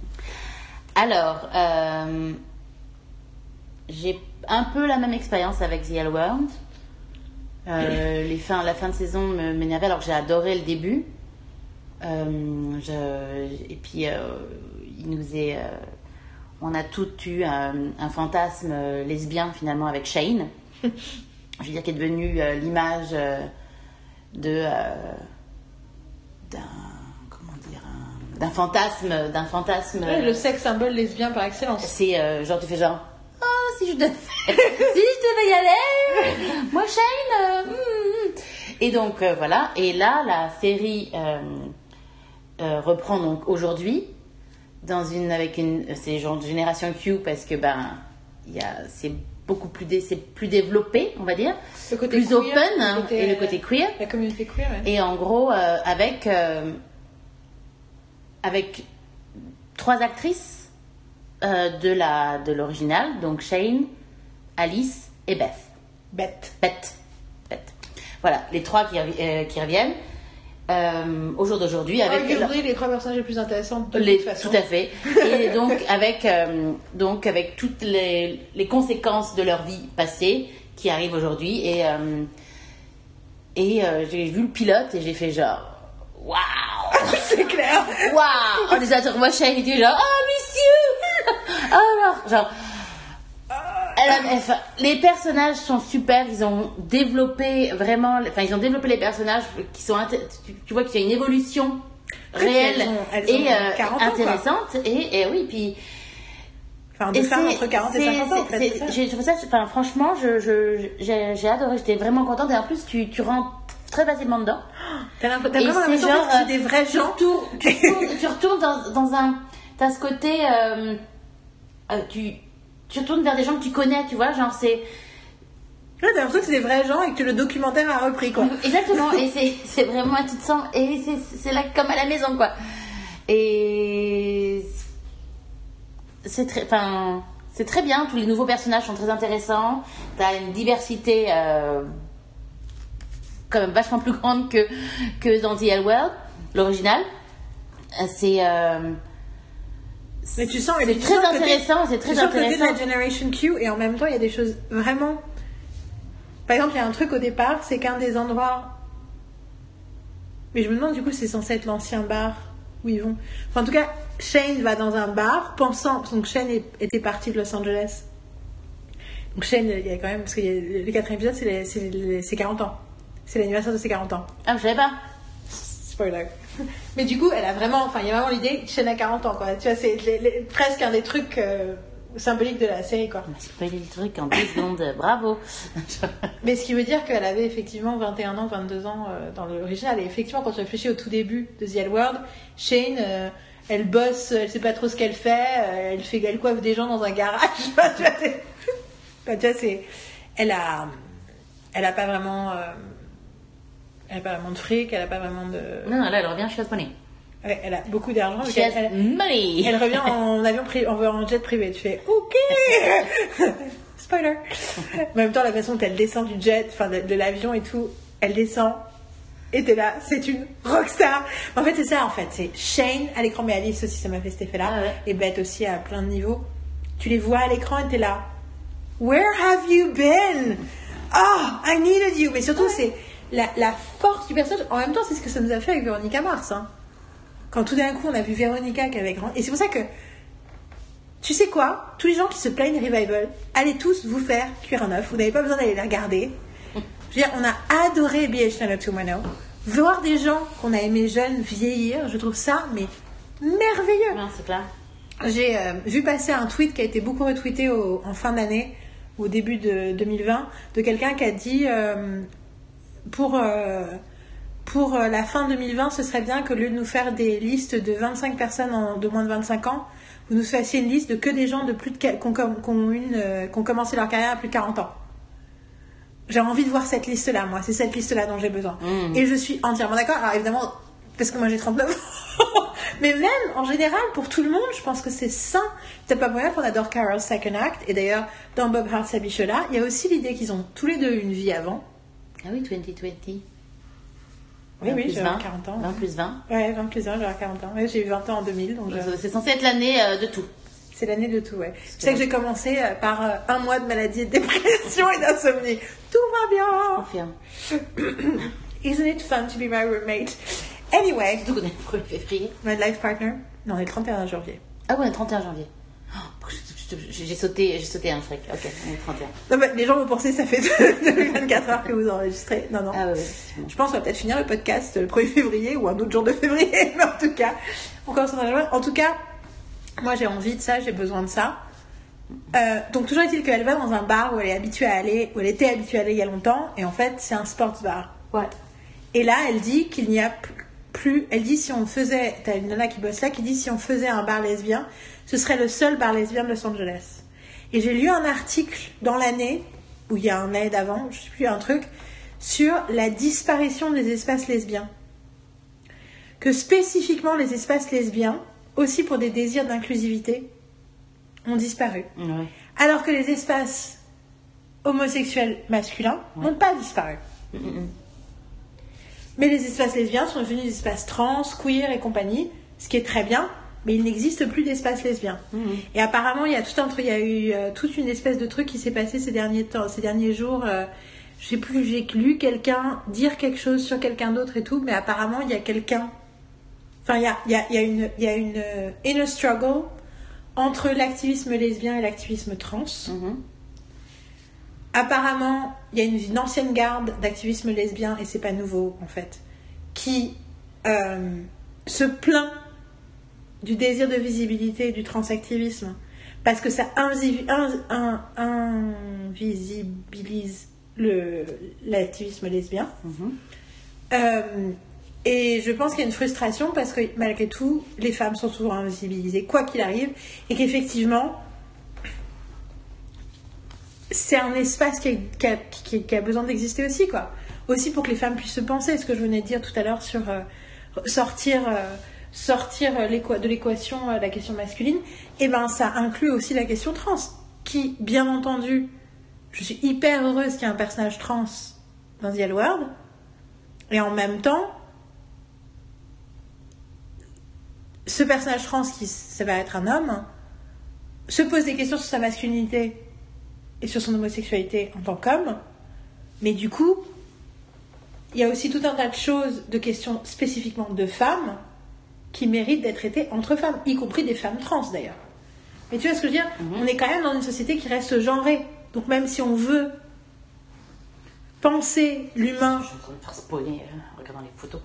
Speaker 2: Alors, euh, j'ai un peu la même expérience avec The L Word. Euh, les fins, la fin de saison m'énervait alors que j'ai adoré le début. Euh, je, et puis, euh, il nous est, euh, on a toutes eu un, un fantasme lesbien finalement avec Shane. Je veux dire, qui est devenu euh, l'image euh, de euh, d'un comment dire un, d'un fantasme, d'un fantasme.
Speaker 1: Ouais, le sexe symbole lesbien par excellence.
Speaker 2: C'est euh, genre tu fais genre. Oh, si je devais, si je devais y aller, moi Shane. Euh, mm, mm. Et donc euh, voilà. Et là, la série euh, euh, reprend donc aujourd'hui. dans une avec une c'est genre de génération Q parce que ben il y a c'est beaucoup plus dé, c'est plus développé, on va dire,
Speaker 1: le côté
Speaker 2: plus
Speaker 1: queer,
Speaker 2: open
Speaker 1: le
Speaker 2: hein,
Speaker 1: côté,
Speaker 2: et le côté queer,
Speaker 1: la communauté queer. Ouais.
Speaker 2: Et en gros euh, avec euh, avec trois actrices euh, de la de l'original, donc Shane, Alice et Beth.
Speaker 1: Beth.
Speaker 2: Beth. Beth. Voilà, les trois qui, euh, qui reviennent. Euh, au jour d'aujourd'hui avec
Speaker 1: ah, la... les trois personnages les plus intéressants de
Speaker 2: les,
Speaker 1: toute façon.
Speaker 2: Tout à fait. Et donc avec euh, donc avec toutes les, les conséquences de leur vie passée qui arrivent aujourd'hui et euh, et euh, j'ai vu le pilote et j'ai fait genre waouh.
Speaker 1: C'est clair.
Speaker 2: Waouh. On les a sur moi Shane et genre oh monsieur. Alors genre elle a, enfin, les personnages sont super, ils ont développé vraiment, enfin ils ont développé les personnages qui sont, tu, tu vois qu'il y a une évolution réelle elles ont, elles et euh, quarante intéressante ans, et, et oui puis.
Speaker 1: Enfin de femmes entre quarante et cinquante ans. En fait,
Speaker 2: c'est, j'ai trouvé ça, enfin franchement, je, je, j'ai, j'ai adoré, j'étais vraiment contente et en plus tu, tu rentres très facilement dedans.
Speaker 1: T'as, t'as vraiment l'impression que c'est des vrais gens.
Speaker 2: Tu retournes, tu retournes, tu retournes dans, dans un, t'as ce côté, euh, euh, tu tu retournes vers des gens que tu connais, tu vois, genre c'est...
Speaker 1: Là, t'as l'impression que c'est des vrais gens et que le documentaire a repris, quoi.
Speaker 2: Exactement, et c'est, c'est vraiment, tu te sens, et c'est, c'est là comme à la maison, quoi. Et c'est très, enfin, c'est très bien, tous les nouveaux personnages sont très intéressants, t'as une diversité euh, quand même vachement plus grande que, que dans The L World, l'original. C'est... Euh,
Speaker 1: Mais tu sens,
Speaker 2: c'est très intéressant, c'est très
Speaker 1: tu sens
Speaker 2: intéressant.
Speaker 1: Le côté de la Generation Q et en même temps il y a des choses vraiment. Par exemple, il y a un truc au départ, c'est qu'un des endroits. Mais je me demande du coup, c'est censé être l'ancien bar où ils vont. Enfin, en tout cas, Shane va dans un bar, pensant donc Shane était parti de Los Angeles. Donc Shane, il y a quand même parce que le quatrième épisode, c'est, les, c'est, les, c'est quarante ans, c'est l'anniversaire de ses quarante ans.
Speaker 2: Ah, je savais pas.
Speaker 1: Spoiler. Mais du coup, elle a vraiment, enfin, il y a vraiment l'idée, Shane a quarante ans, quoi. Tu vois, c'est les, les, presque un des trucs euh, symboliques de la série, quoi.
Speaker 2: On a spoilé le truc en deux secondes, bravo.
Speaker 1: Mais ce qui veut dire qu'elle avait effectivement vingt et un ans, vingt-deux ans euh, dans l'original. Et effectivement, quand tu réfléchis au tout début de The L World, Shane, euh, elle bosse, elle sait pas trop ce qu'elle fait, euh, elle fait, elle coiffe des gens dans un garage. tu vois, c'est, tu vois, c'est, elle a, elle a pas vraiment. Euh, Elle n'a pas vraiment de fric, elle n'a pas vraiment de...
Speaker 2: Non, là, elle revient chez Money.
Speaker 1: Ouais, elle a beaucoup d'argent.
Speaker 2: She
Speaker 1: elle,
Speaker 2: has
Speaker 1: elle,
Speaker 2: money.
Speaker 1: Elle revient en avion privé, en jet privé. Tu fais OK. Spoiler. En même temps, la façon dont elle descend du jet, enfin de, de l'avion et tout, elle descend. Et t'es là, c'est une rockstar. En fait, c'est ça, en fait. C'est Shane à l'écran, mais Alice aussi, ça m'a fait cet effet-là.
Speaker 2: Ah ouais.
Speaker 1: Et Beth aussi à plein de niveaux. Tu les vois à l'écran et t'es là. Where have you been? Oh, I needed you. Mais surtout, ouais. c'est... La, la force du personnage, en même temps, c'est ce que ça nous a fait avec Véronica Mars. Hein. Quand tout d'un coup, on a vu Véronica qui avait grand. Et c'est pour ça que, tu sais quoi, tous les gens qui se plaignent des revival, allez tous vous faire cuire un œuf. Vous n'avez pas besoin d'aller les regarder. Je veux dire, on a adoré B H nine oh two one oh. Voir des gens qu'on a aimés jeunes vieillir, je trouve ça, mais merveilleux.
Speaker 2: Non, c'est clair.
Speaker 1: J'ai euh, vu passer un tweet qui a été beaucoup retweeté au, en fin d'année, au début de deux mille vingt, de quelqu'un qui a dit. Euh, Pour, euh, pour la fin deux mille vingt, ce serait bien que, au lieu de nous faire des listes de vingt-cinq personnes en, de moins de vingt-cinq ans, vous nous fassiez une liste de que des gens de plus de, qui, ont, qui, ont une, euh, qui ont commencé leur carrière à plus de quarante ans. J'ai envie de voir cette liste-là, moi. C'est cette liste-là dont j'ai besoin. Mmh. Et je suis entièrement d'accord. Alors évidemment, parce que moi j'ai trente-neuf ans. Mais même, en général, pour tout le monde, je pense que c'est sain. C'est pas pour rien qu'on adore Carol's Second Act. Et d'ailleurs, dans Bob Hearts Abichola, il y a aussi l'idée qu'ils ont tous les deux une vie avant.
Speaker 2: Ah oui, vingt vingt.
Speaker 1: Oui, oui, j'ai quarante ans.
Speaker 2: vingt plus vingt.
Speaker 1: Ouais, vingt plus vingt, j'aurai quarante ans. Ouais, j'ai eu vingt ans en deux mille. Donc je...
Speaker 2: C'est censé être l'année euh, de tout.
Speaker 1: C'est l'année de tout, ouais. Tu sais que j'ai commencé euh, par euh, un mois de maladie, de dépression et d'insomnie. Tout va bien.
Speaker 2: Confirme.
Speaker 1: Isn't it fun to be my roommate? Anyway.
Speaker 2: Surtout qu'on est le premier février.
Speaker 1: My life partner? Non, on est le trente et un janvier.
Speaker 2: Ah ouais, le trente et un janvier. Oh, j'ai sauté, j'ai sauté un truc. Ok, on est trente et un.
Speaker 1: Non, mais les gens vont penser que ça fait vingt-quatre heures que vous enregistrez. Non, non.
Speaker 2: Ah ouais, ouais,
Speaker 1: je pense qu'on va peut-être finir le podcast le premier février ou un autre jour de février. Mais en tout cas, on commence à en En tout cas, moi j'ai envie de ça, j'ai besoin de ça. Euh, donc toujours est-il qu'elle va dans un bar où elle est habituée à aller, où elle était habituée à aller il y a longtemps. Et en fait, c'est un sports bar.
Speaker 2: Ouais.
Speaker 1: Et là, elle dit qu'il n'y a plus. Elle dit si on faisait, t'as une nana qui bosse là qui dit si on faisait un bar lesbien, ce serait le seul bar lesbien de Los Angeles. Et j'ai lu un article dans l'année, où il y a un année d'avant, je sais plus, un truc, sur la disparition des espaces lesbiens. Que spécifiquement les espaces lesbiens, aussi pour des désirs d'inclusivité, ont disparu.
Speaker 2: Ouais.
Speaker 1: Alors que les espaces homosexuels masculins ouais. n'ont pas disparu. Mm-mm. Mais les espaces lesbiens sont devenus des espaces trans, queer et compagnie, ce qui est très bien, mais il n'existe plus d'espaces lesbiens. Mm-hmm. Et apparemment, il y a tout un truc, il y a eu euh, toute une espèce de truc qui s'est passé ces derniers temps, ces derniers jours. Euh, je sais plus, j'ai lu quelqu'un dire quelque chose sur quelqu'un d'autre et tout, mais apparemment, il y a quelqu'un. Enfin, il y a, il y a, il y a une, il y a une euh, inner struggle entre l'activisme lesbien et l'activisme trans. Mm-hmm. Apparemment, il y a une, une ancienne garde d'activisme lesbien, et c'est pas nouveau en fait, qui euh, se plaint du désir de visibilité du transactivisme parce que ça invi- in- in- invisibilise le, l'activisme lesbien. Mm-hmm. Euh, et je pense qu'il y a une frustration parce que malgré tout, les femmes sont souvent invisibilisées, quoi qu'il arrive, et qu'effectivement, c'est un espace qui, est, qui, a, qui, qui a besoin d'exister aussi, quoi. Aussi pour que les femmes puissent se penser, ce que je venais de dire tout à l'heure sur euh, sortir, euh, sortir l'équa- de l'équation euh, la question masculine, et ben ça inclut aussi la question trans, qui, bien entendu, je suis hyper heureuse qu'il y ait un personnage trans dans The L Word, et en même temps, ce personnage trans, qui ça va être un homme, se pose des questions sur sa masculinité et sur son homosexualité en tant qu'homme, mais du coup, il y a aussi tout un tas de choses, de questions spécifiquement de femmes, qui méritent d'être traitées entre femmes, y compris des femmes trans d'ailleurs. Mais tu vois ce que je veux dire ? Mm-hmm. On est quand même dans une société qui reste genrée, donc même si on veut penser l'humain...
Speaker 2: Je suis en train de me faire spoiler en regardant les photos.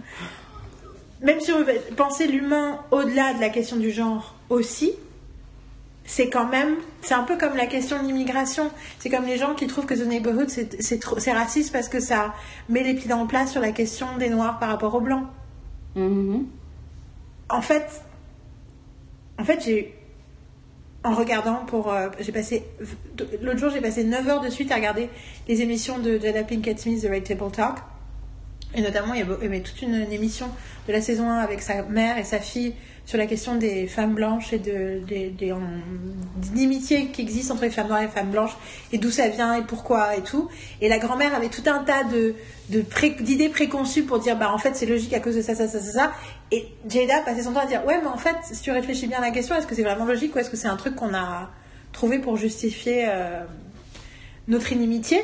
Speaker 1: Même si on veut penser l'humain au-delà de la question du genre aussi, c'est quand même, c'est un peu comme la question de l'immigration. C'est comme les gens qui trouvent que The Neighborhood c'est, c'est, trop, c'est raciste parce que ça met les pieds dans le plat sur la question des noirs par rapport aux blancs. Mm-hmm. En fait, en fait, j'ai en regardant pour, euh, j'ai passé l'autre jour j'ai passé neuf heures de suite à regarder les émissions de Jada Pinkett Smith, The Red Table Talk, et notamment il y avait toute une, une émission de la saison un avec sa mère et sa fille sur la question des femmes blanches et de, de, de, de l'inimitié qui existe entre les femmes noires et les femmes blanches, et d'où ça vient et pourquoi et tout. Et la grand-mère avait tout un tas de, de pré, d'idées préconçues pour dire bah en fait c'est logique à cause de ça, ça, ça, ça, ça. Et Jada passait son temps à dire ouais mais en fait si tu réfléchis bien à la question, est-ce que c'est vraiment logique ou est-ce que c'est un truc qu'on a trouvé pour justifier euh, notre inimitié?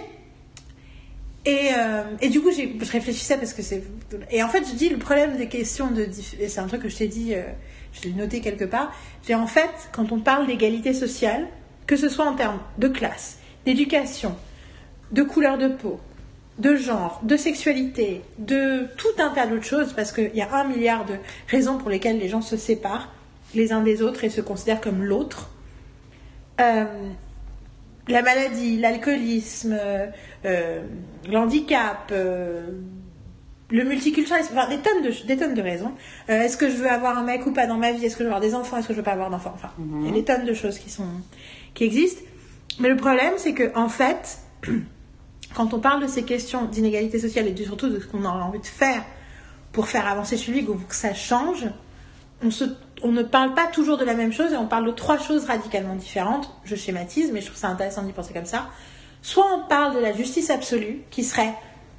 Speaker 1: Et, euh, et du coup, j'ai, je réfléchissais parce que c'est... Et en fait, je dis, le problème des questions de... Et c'est un truc que je t'ai dit, euh, je l'ai noté quelque part. J'ai en fait, quand on parle d'égalité sociale, que ce soit en termes de classe, d'éducation, de couleur de peau, de genre, de sexualité, de tout un tas d'autres choses, parce qu'il y a un milliard de raisons pour lesquelles les gens se séparent les uns des autres et se considèrent comme l'autre. Euh... La maladie, l'alcoolisme, euh, l'handicap, euh, le multiculturalisme, enfin des tonnes de, des tonnes de raisons. Euh, est-ce que je veux avoir un mec ou pas dans ma vie? Est-ce que je veux avoir des enfants? Est-ce que je veux pas avoir d'enfants? Enfin, mm-hmm. il y a des tonnes de choses qui sont, qui existent. Mais le problème, c'est que en fait, quand on parle de ces questions d'inégalité sociale et surtout de ce qu'on a envie de faire pour faire avancer ce public ou pour que ça change, on se On ne parle pas toujours de la même chose et on parle de trois choses radicalement différentes. Je schématise, mais je trouve ça intéressant d'y penser comme ça. Soit on parle de la justice absolue, qui serait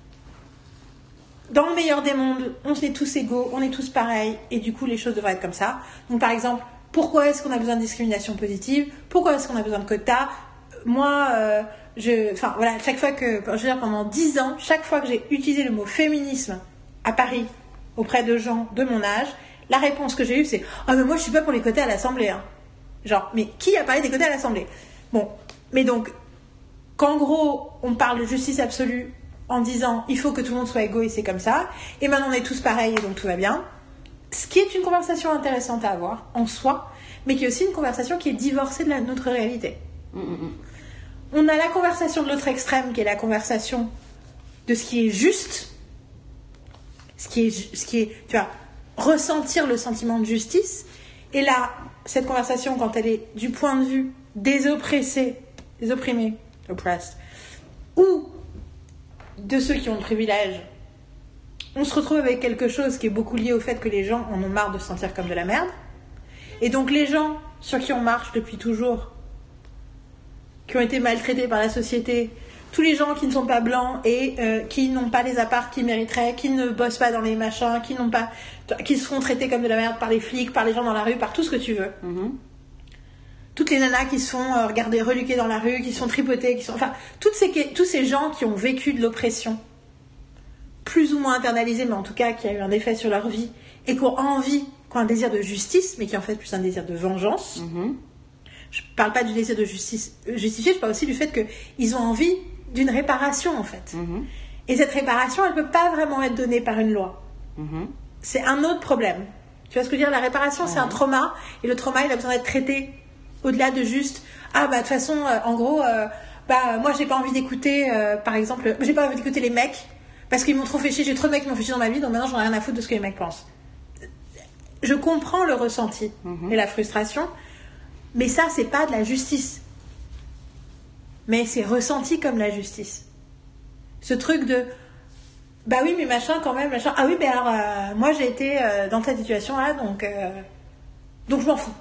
Speaker 1: dans le meilleur des mondes, on est tous égaux, on est tous pareils, et du coup les choses devraient être comme ça. Donc par exemple, pourquoi est-ce qu'on a besoin de discrimination positive? Pourquoi est-ce qu'on a besoin de quotas? Moi, euh, je, enfin voilà, chaque fois que, je veux dire, pendant dix ans, chaque fois que j'ai utilisé le mot féminisme à Paris auprès de gens de mon âge, la réponse que j'ai eue, c'est « Ah, mais moi, je suis pas pour les quotas à l'Assemblée. Hein. » Genre, mais qui a parlé des quotas à l'Assemblée? Bon, mais donc, qu'en gros, on parle de justice absolue en disant « Il faut que tout le monde soit égaux et c'est comme ça. » Et maintenant, on est tous pareils et donc tout va bien. Ce qui est une conversation intéressante à avoir en soi, mais qui est aussi une conversation qui est divorcée de la, notre réalité. Mmh. On a la conversation de l'autre extrême, qui est la conversation de ce qui est juste, ce qui est, ce qui est, tu vois, ressentir le sentiment de justice. Et là, cette conversation, quand elle est du point de vue des oppressés, des opprimés, oppressed, ou de ceux qui ont le privilège, on se retrouve avec quelque chose qui est beaucoup lié au fait que les gens en ont marre de se sentir comme de la merde. Et donc les gens sur qui on marche depuis toujours, qui ont été maltraités par la société, tous les gens qui ne sont pas blancs et euh, qui n'ont pas les apparts qu'ils mériteraient, qui ne bossent pas dans les machins, qui n'ont pas, qui se font traiter comme de la merde par les flics, par les gens dans la rue, par tout ce que tu veux. Mm-hmm. Toutes les nanas qui se font euh, regarder reluquer dans la rue, qui se font tripoter, qui sont, enfin, toutes ces, tous ces gens qui ont vécu de l'oppression, plus ou moins internalisée, mais en tout cas qui a eu un effet sur leur vie, et qui ont envie, qui ont un désir de justice, mais qui est en fait plus un désir de vengeance. Mm-hmm. Je parle pas du désir de justice justifié, je parle aussi du fait qu'ils ont envie d'une réparation, en fait. Mm-hmm. Et cette réparation, elle peut pas vraiment être donnée par une loi. Mm-hmm. C'est un autre problème. Tu vois ce que je veux dire ? La réparation, mm-hmm. c'est un trauma, et le trauma, il a besoin d'être traité au-delà de juste ah bah de toute façon, euh, en gros, euh, bah moi j'ai pas envie d'écouter, euh, par exemple, j'ai pas envie d'écouter les mecs parce qu'ils m'ont trop fait chier, j'ai trop de mecs qui m'ont fait chier dans ma vie, donc maintenant j'en ai rien à foutre de ce que les mecs pensent. Je comprends le ressenti mm-hmm. et la frustration, mais ça c'est pas de la justice. Mais c'est ressenti comme la justice. Ce truc de bah oui mais machin quand même machin ah oui ben alors euh, moi j'ai été euh, dans cette situation là donc euh, donc je m'en fous.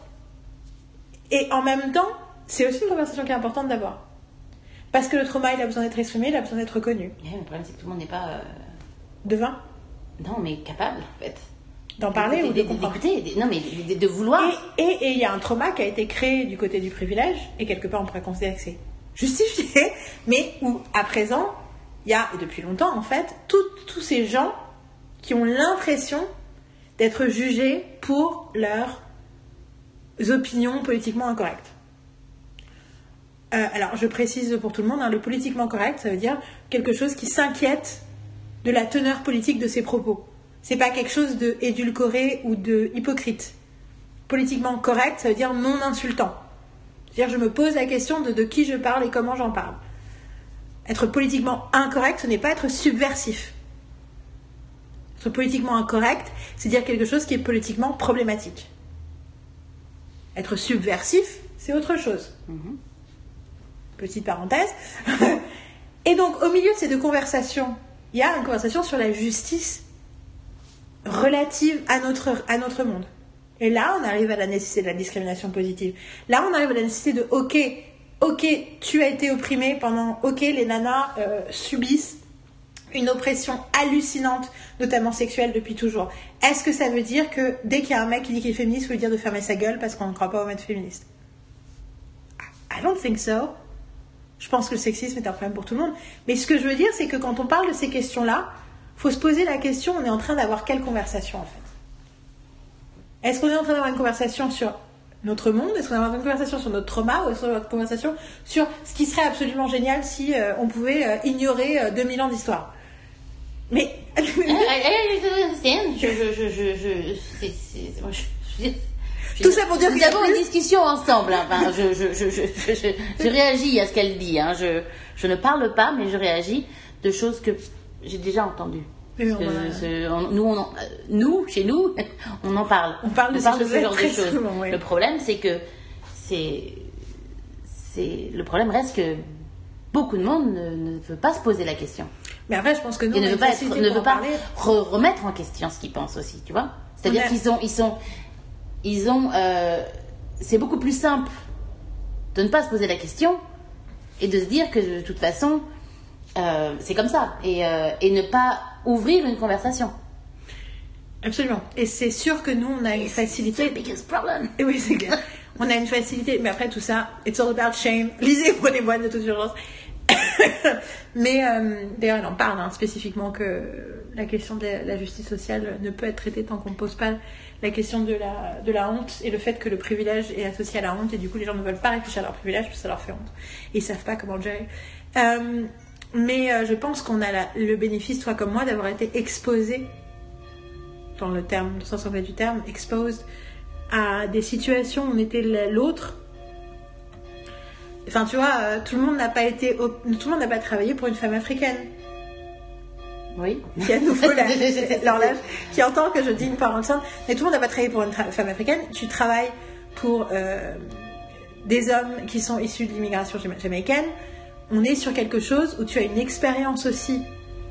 Speaker 1: Et en même temps, c'est aussi une conversation qui est importante d'avoir. Parce que le trauma, il a besoin d'être exprimé, il a besoin d'être reconnu.
Speaker 2: Yeah, le problème, c'est que tout le monde n'est pas... Euh...
Speaker 1: Devin ?
Speaker 2: Non, mais capable, en fait.
Speaker 1: D'en parler ou de comprendre ?
Speaker 2: D'écouter, non, mais de, de vouloir.
Speaker 1: Et, et, et il y a un trauma qui a été créé du côté du privilège, et quelque part, on pourrait considérer que c'est justifié, mais où, à présent, il y a, et depuis longtemps, en fait, tous ces gens qui ont l'impression d'être jugés pour leur... opinions politiquement incorrectes. Euh, alors, je précise pour tout le monde, hein, le politiquement correct, ça veut dire quelque chose qui s'inquiète de la teneur politique de ses propos. C'est pas quelque chose de édulcoré ou de hypocrite. Politiquement correct, ça veut dire non insultant. C'est-à-dire, je me pose la question de, de qui je parle et comment j'en parle. Être politiquement incorrect, ce n'est pas être subversif. Être politiquement incorrect, c'est dire quelque chose qui est politiquement problématique. Être subversif, c'est autre chose. Mm-hmm. Petite parenthèse. Et donc, au milieu de ces deux conversations, il y a une conversation sur la justice relative à notre, à notre monde. Et là, on arrive à la nécessité de la discrimination positive. Là, on arrive à la nécessité de, ok, ok, tu as été opprimé pendant, ok, les nanas euh, subissent une oppression hallucinante, notamment sexuelle, depuis toujours. Est-ce que ça veut dire que dès qu'il y a un mec qui dit qu'il est féministe, il faut lui dire de fermer sa gueule parce qu'on ne croit pas au mec féministe ? I don't think so. Je pense que le sexisme est un problème pour tout le monde. Mais ce que je veux dire, c'est que quand on parle de ces questions-là, il faut se poser la question, on est en train d'avoir quelle conversation en fait ? Est-ce qu'on est en train d'avoir une conversation sur notre monde ? Est-ce qu'on est en train d'avoir une conversation sur notre trauma ? Ou est-ce qu'on est en train d'avoir une conversation sur ce qui serait absolument génial si euh, on pouvait euh, ignorer euh, deux mille ans d'histoire ? Mais...
Speaker 2: I, I, I understand. Je, je, je, je, je, c'est, c'est, moi, je, je, je,
Speaker 1: Tout ça pour dire que
Speaker 2: nous avons une discussion ensemble. Hein. Enfin, je, je, je, je, je, je, je réagis à ce qu'elle dit. Hein. Je, je ne parle pas, mais je réagis de choses que j'ai déjà entendues.
Speaker 1: Oui, on
Speaker 2: que,
Speaker 1: a...
Speaker 2: ce, on, nous, on en, nous, chez nous, on en parle.
Speaker 1: On parle de,
Speaker 2: on parle de
Speaker 1: ce
Speaker 2: genre de choses.
Speaker 1: Souvent, oui.
Speaker 2: Le problème, c'est que c'est, c'est, le problème reste que beaucoup de monde ne, ne veut pas se poser la question.
Speaker 1: Mais après, je pense que nous,
Speaker 2: et
Speaker 1: on
Speaker 2: ne
Speaker 1: a
Speaker 2: veut pas, être, ne veut pas re- remettre en question ce qu'ils pensent aussi, tu vois. C'est-à-dire a... qu'ils sont, ils sont, ils ont, euh, c'est beaucoup plus simple de ne pas se poser la question et de se dire que de toute façon, euh, c'est comme ça et, euh, et ne pas ouvrir une conversation.
Speaker 1: Absolument. Et c'est sûr que nous, on a une
Speaker 2: et
Speaker 1: facilité.
Speaker 2: C'est le biggest problem.
Speaker 1: Et oui, c'est clair. On a une facilité, mais après tout ça, it's all about shame. Lisez Prenez Moine de toute urgence. Mais euh, d'ailleurs, on en parle hein, spécifiquement que la question de la, la justice sociale ne peut être traitée tant qu'on ne pose pas la question de la, de la honte et le fait que le privilège est associé à la honte et du coup les gens ne veulent pas réfléchir à leur privilège parce que ça leur fait honte et ils savent pas comment le gérer. Euh, mais euh, je pense qu'on a la, le bénéfice, toi comme moi, d'avoir été exposés, dans le terme, dans le sens anglais du terme, exposed à des situations où on était l'autre. Enfin, tu vois, euh, tout le monde n'a pas été, tout le monde n'a pas travaillé pour une femme africaine.
Speaker 2: Oui.
Speaker 1: Qui est à nouveau la- l'horloge, qui entend que je dis une parole enceinte. Mais tout le monde n'a pas travaillé pour une tra- femme africaine. Tu travailles pour euh, des hommes qui sont issus de l'immigration jama- jamaïcaine. On est sur quelque chose où tu as une expérience aussi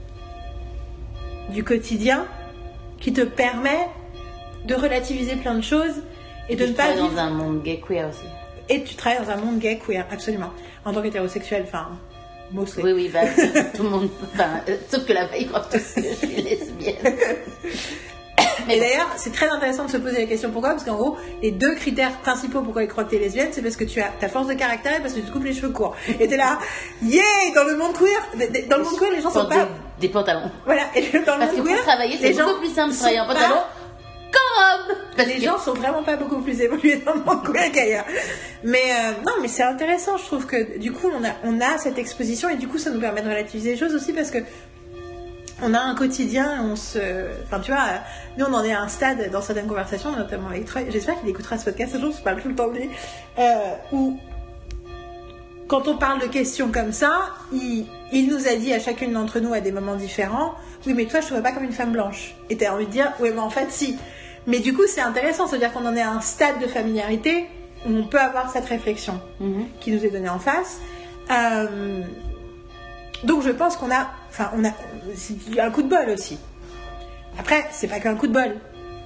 Speaker 1: du quotidien qui te permet de relativiser plein de choses et de
Speaker 2: je
Speaker 1: ne pas
Speaker 2: travaille
Speaker 1: vivre...
Speaker 2: dans un monde gay queer aussi.
Speaker 1: Et tu travailles dans un monde gay queer, absolument. En tant qu'hétérosexuel, enfin, mostly.
Speaker 2: Oui, oui, bah, tout le monde. Enfin, euh, sauf que là-bas, ils croient tous que je suis lesbienne.
Speaker 1: Mais d'ailleurs, c'est très intéressant de se poser la question pourquoi, parce qu'en gros, les deux critères principaux pourquoi ils croient que t'es lesbienne, c'est parce que tu as ta force de caractère et parce que tu te coupes les cheveux courts. Et t'es là, yeah, dans le monde queer, dans le monde queer, les gens sont
Speaker 2: Porte
Speaker 1: pas...
Speaker 2: des, des pantalons.
Speaker 1: Voilà, et dans le
Speaker 2: Parce que
Speaker 1: monde
Speaker 2: pour
Speaker 1: queer,
Speaker 2: travailler, c'est
Speaker 1: les gens
Speaker 2: beaucoup plus simple de
Speaker 1: sont
Speaker 2: travailler en
Speaker 1: pas-
Speaker 2: pantalon qu'en robe. Parce
Speaker 1: les
Speaker 2: que-
Speaker 1: gens sont vraiment pas beaucoup plus évolués dans le monde queer qu'ailleurs. Mais euh, non, mais c'est intéressant, je trouve que du coup, on a, on a cette exposition et du coup, ça nous permet de relativiser les choses aussi parce que on a un quotidien, on se... Enfin, tu vois, euh, nous, on en est à un stade dans certaines conversations, notamment avec Troy. J'espère qu'il écoutera ce podcast un jour, je parle tout le temps de lui. Euh, où, quand on parle de questions comme ça, il, il nous a dit à chacune d'entre nous à des moments différents, oui, mais toi, je te vois pas comme une femme blanche. Et t'as envie de dire, oui, mais en fait, si. Mais du coup, c'est intéressant, c'est-à-dire qu'on en est à un stade de familiarité où on peut avoir cette réflexion
Speaker 2: Mhm.
Speaker 1: qui nous est donnée en face. Euh, donc, je pense qu'on a... Enfin, on a... C'est un coup de bol aussi. Après, c'est pas qu'un coup de bol.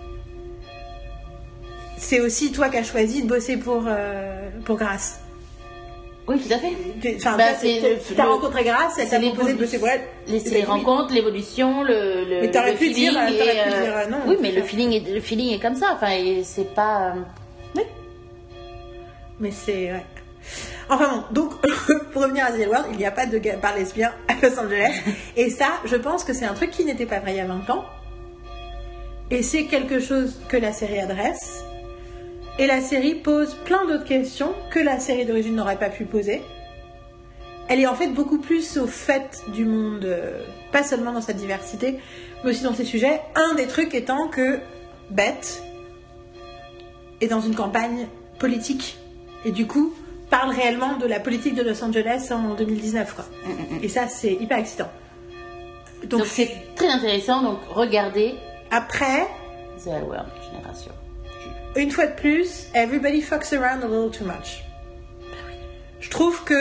Speaker 1: C'est aussi toi qui as choisi de bosser pour, euh, pour Grace.
Speaker 2: Oui, tout à fait.
Speaker 1: Enfin,
Speaker 2: Bah,
Speaker 1: toi,
Speaker 2: c'est
Speaker 1: t'as-
Speaker 2: le-
Speaker 1: t'as
Speaker 2: le-
Speaker 1: rencontré Grace, elle
Speaker 2: c'est
Speaker 1: t'a proposé de bosser pour elle.
Speaker 2: Les, c'est les
Speaker 1: Et-
Speaker 2: rencontres, l'évolution, le, le,
Speaker 1: Mais t'aurais
Speaker 2: le
Speaker 1: pu
Speaker 2: feeling.
Speaker 1: dire-
Speaker 2: et,
Speaker 1: t'aurais pu
Speaker 2: euh,
Speaker 1: dire, euh, non.
Speaker 2: Oui, mais le feeling est, le feeling est comme ça. Enfin, et c'est pas. euh,
Speaker 1: Oui. Mais c'est... Ouais. Enfin bon, donc, pour revenir à The Real World, il n'y a pas de gay par lesbien à Los Angeles. Et ça, je pense que c'est un truc qui n'était pas vrai il y a vingt ans. Et c'est quelque chose que la série adresse. Et la série pose plein d'autres questions que la série d'origine n'aurait pas pu poser. Elle est en fait beaucoup plus au fait du monde, euh, pas seulement dans sa diversité, mais aussi dans ses sujets. Un des trucs étant que Beth est dans une campagne politique. Et du coup, parle réellement de la politique de Los Angeles en deux mille dix-neuf, quoi. Et ça, c'est hyper excitant. Donc,
Speaker 2: Donc c'est très intéressant. Donc regardez
Speaker 1: après,
Speaker 2: The Real World Génération.
Speaker 1: une fois de plus, everybody fucks around a little too much. Je trouve que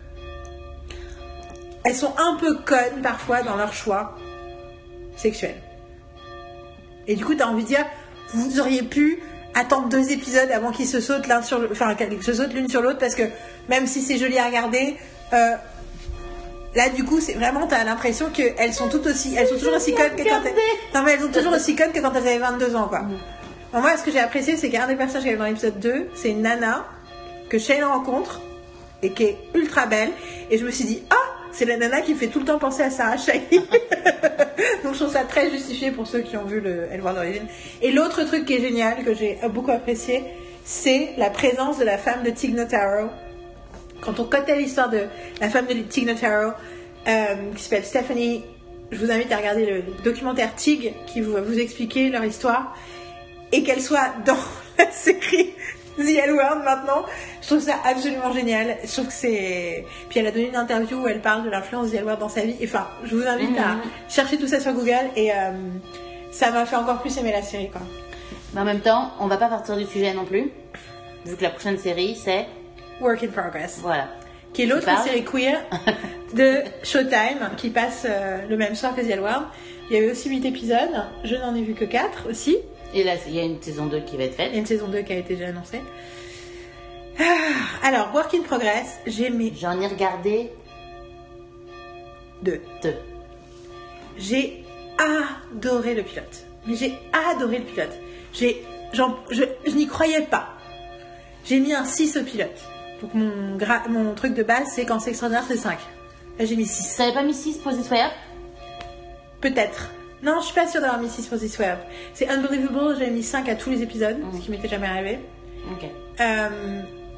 Speaker 1: elles sont un peu connes parfois dans leur choix sexuel. Et du coup, t'as envie de dire, vous auriez pu attendre deux épisodes avant qu'ils se sautent l'un sur le... enfin, qu'ils se sautent l'une sur l'autre, parce que même si c'est joli à regarder, euh, là, du coup, c'est vraiment, t'as l'impression qu'elles sont toutes aussi, elles sont toujours aussi connes que quand elles... Non, mais elles sont toujours aussi connes que quand elles avaient vingt-deux ans, quoi. Bon, moi, ce que j'ai apprécié, c'est qu'un des personnages qu'il y avait dans l'épisode deux, c'est une nana que Shane rencontre et qui est ultra belle. Et je me suis dit, ah, c'est la nana qui me fait tout le temps penser à Sarah Shaheen. Donc, je trouve ça très justifié pour ceux qui ont vu le Elle voir d'origine. Et l'autre truc qui est génial, que j'ai beaucoup apprécié, c'est la présence de la femme de Tig Notaro. Quand on connaît l'histoire de la femme de Tig Notaro, euh, qui s'appelle Stephanie, je vous invite à regarder le documentaire Tig, qui va vous expliquer leur histoire. Et qu'elle soit dans la série The Real World maintenant, je trouve ça absolument génial. Je trouve que c'est... Puis elle a donné une interview où elle parle de l'influence de The Real World dans sa vie. Enfin, je vous invite à chercher tout ça sur Google et euh, ça m'a fait encore plus aimer la série, quoi.
Speaker 2: Mais en même temps, on va pas partir du sujet non plus, vu que la prochaine série c'est
Speaker 1: Work in Progress.
Speaker 2: voilà.
Speaker 1: Qui est l'autre
Speaker 2: parle.
Speaker 1: série queer de Showtime qui passe euh, le même soir que The Real World. Il y avait aussi huit épisodes. Je n'en ai vu que quatre aussi.
Speaker 2: Et là, il y a une saison deux qui va être faite.
Speaker 1: Il y a une saison deux qui a été déjà annoncée. Ah, alors, Work in Progress, j'ai aimé
Speaker 2: J'en ai regardé
Speaker 1: deux.
Speaker 2: deux.
Speaker 1: J'ai adoré le pilote. Mais j'ai adoré le pilote. J'ai, j'en- je, je n'y croyais pas. J'ai mis un six au pilote. Donc mon, gra- mon truc de base, c'est quand c'est extraordinaire, c'est cinq. Là, j'ai mis six.
Speaker 2: T'avais pas mis six pour This Way Up?
Speaker 1: Peut-être. Non, je suis pas sûre d'avoir mis six pour This Way Up. C'est Unbelievable, j'avais mis cinq à tous les épisodes,
Speaker 2: Mm.
Speaker 1: ce qui m'était jamais arrivé.
Speaker 2: Ok.
Speaker 1: Euh,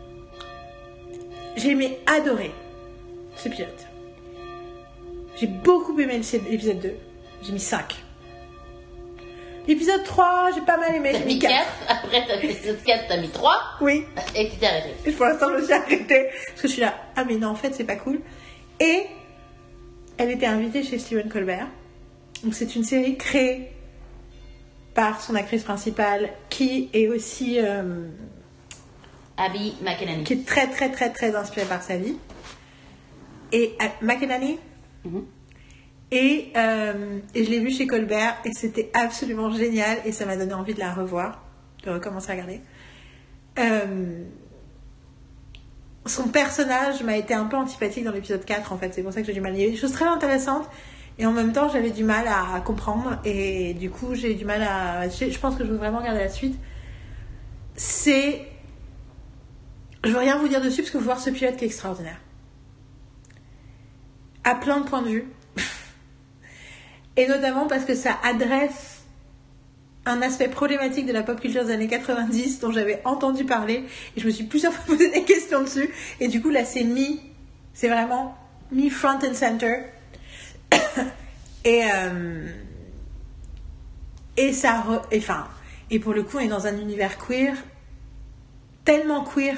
Speaker 1: j'ai aimé adorer ce pilote. J'ai beaucoup aimé le- l'épisode deux. J'ai mis cinq. L'épisode trois, j'ai pas mal aimé.
Speaker 2: T'as
Speaker 1: J'ai
Speaker 2: mis
Speaker 1: mis quatre.
Speaker 2: quatre, après t'as fait l'épisode quatre, t'as mis trois,
Speaker 1: Oui.
Speaker 2: et tu t'es arrêté.
Speaker 1: Et pour l'instant, je me suis arrêtée. Parce que je suis là, ah mais non, en fait, c'est pas cool. Et elle était invitée chez Stephen Colbert. Donc c'est une série créée par son actrice principale qui est aussi euh,
Speaker 2: Abby McEnany.
Speaker 1: Qui est très très très très inspirée par sa vie. Et euh, McEnany. Mm-hmm. Et, euh, et je l'ai vue chez Colbert et c'était absolument génial et ça m'a donné envie de la revoir, de recommencer à regarder. Euh, son personnage m'a été un peu antipathique dans l'épisode quatre en fait, c'est pour ça que j'ai du mal. Il y a des choses très intéressantes et en même temps j'avais du mal à comprendre et du coup j'ai du mal à... Je pense que je veux vraiment regarder la suite. C'est... Je veux rien vous dire dessus parce que vous voir ce pilote qui est extraordinaire. À plein de points de vue. Et notamment parce que ça adresse un aspect problématique de la pop culture des années quatre-vingt-dix dont j'avais entendu parler et je me suis plusieurs fois posé des questions dessus et du coup là c'est mis, c'est vraiment mis front and center et euh, et ça re, et, enfin et pour le coup on est dans un univers queer tellement queer,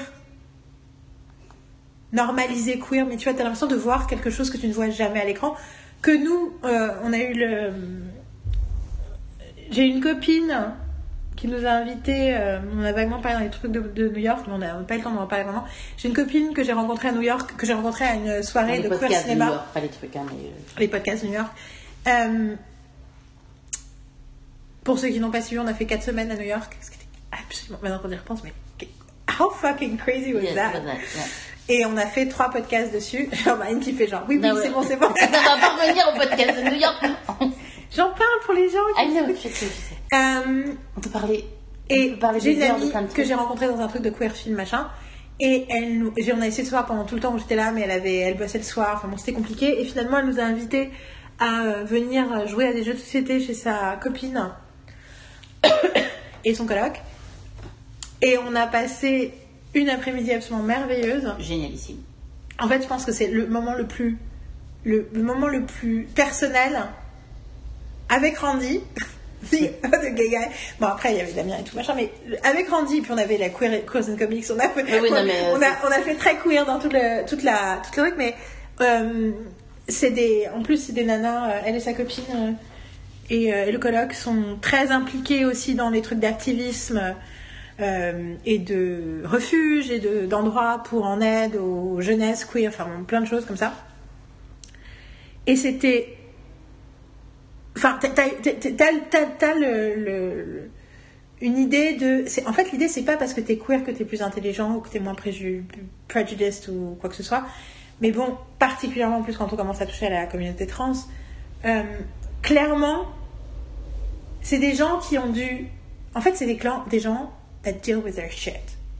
Speaker 1: normalisé queer, mais tu vois t'as l'impression de voir quelque chose que tu ne vois jamais à l'écran. Que nous, euh, on a eu le... J'ai une copine qui nous a invités, euh, on a vaguement parlé dans les trucs de, de New York, mais on n'a pas eu le temps d'en parler vraiment. J'ai une copine que j'ai rencontrée à New York, que j'ai rencontrée à une soirée
Speaker 2: les
Speaker 1: de queer cinéma.
Speaker 2: New York, pas les trucs, hein, mais...
Speaker 1: Les podcasts New York. Euh, pour ceux qui n'ont pas suivi, on a fait quatre semaines à New York, ce qui était absolument... Maintenant qu'on y repense, mais... How fucking crazy was
Speaker 2: yes,
Speaker 1: that?
Speaker 2: that yeah.
Speaker 1: Et on a fait trois podcasts dessus. Genre, Marine qui fait genre, oui, oui,
Speaker 2: non,
Speaker 1: c'est
Speaker 2: ouais.
Speaker 1: bon, c'est bon.
Speaker 2: On va pas revenir au podcast de New York.
Speaker 1: J'en parle pour les gens qui...
Speaker 2: I know, je sais, je sais.
Speaker 1: Euh,
Speaker 2: on peut parler...
Speaker 1: Et
Speaker 2: on peut parler
Speaker 1: j'ai une
Speaker 2: des heures
Speaker 1: amie
Speaker 2: de plein de
Speaker 1: que
Speaker 2: trucs.
Speaker 1: j'ai rencontrée dans un truc de queer film, machin. Et elle nous... On a essayé de se voir pendant tout le temps où j'étais là, mais elle, avait... elle bossait le soir. Enfin bon, c'était compliqué. Et finalement, elle nous a invités à venir jouer à des jeux de société chez sa copine et son coloc. Et on a passé... une après-midi absolument merveilleuse.
Speaker 2: Génialissime.
Speaker 1: En fait, je pense que c'est le moment le plus, le, le moment le plus personnel avec Randy. The gay guy. Bon, après, il y avait Damien et tout machin, mais avec Randy, puis on avait la Queer, Queers and Comics. On a fait,
Speaker 2: oui, oui, non, mais,
Speaker 1: on, a, on a fait très queer dans tout le, toute la, toute le truc, mais euh, c'est des, en plus, c'est des nanas, euh, elle et sa copine euh, et, euh, et le coloc sont très impliqués aussi dans les trucs d'activisme. Euh, et de refuge et de, d'endroits pour en aide aux jeunesses queer, enfin plein de choses comme ça. Et c'était... Enfin, t'as, t'as, t'as, t'as, t'as le, le, une idée de... C'est, en fait, l'idée, c'est pas parce que t'es queer que t'es plus intelligent ou que t'es moins préju, prejudiced ou quoi que ce soit. Mais bon, particulièrement en plus quand on commence à toucher à la communauté trans, euh, clairement, c'est des gens qui ont dû... En fait, c'est des, clans, des gens... that deal with their shit.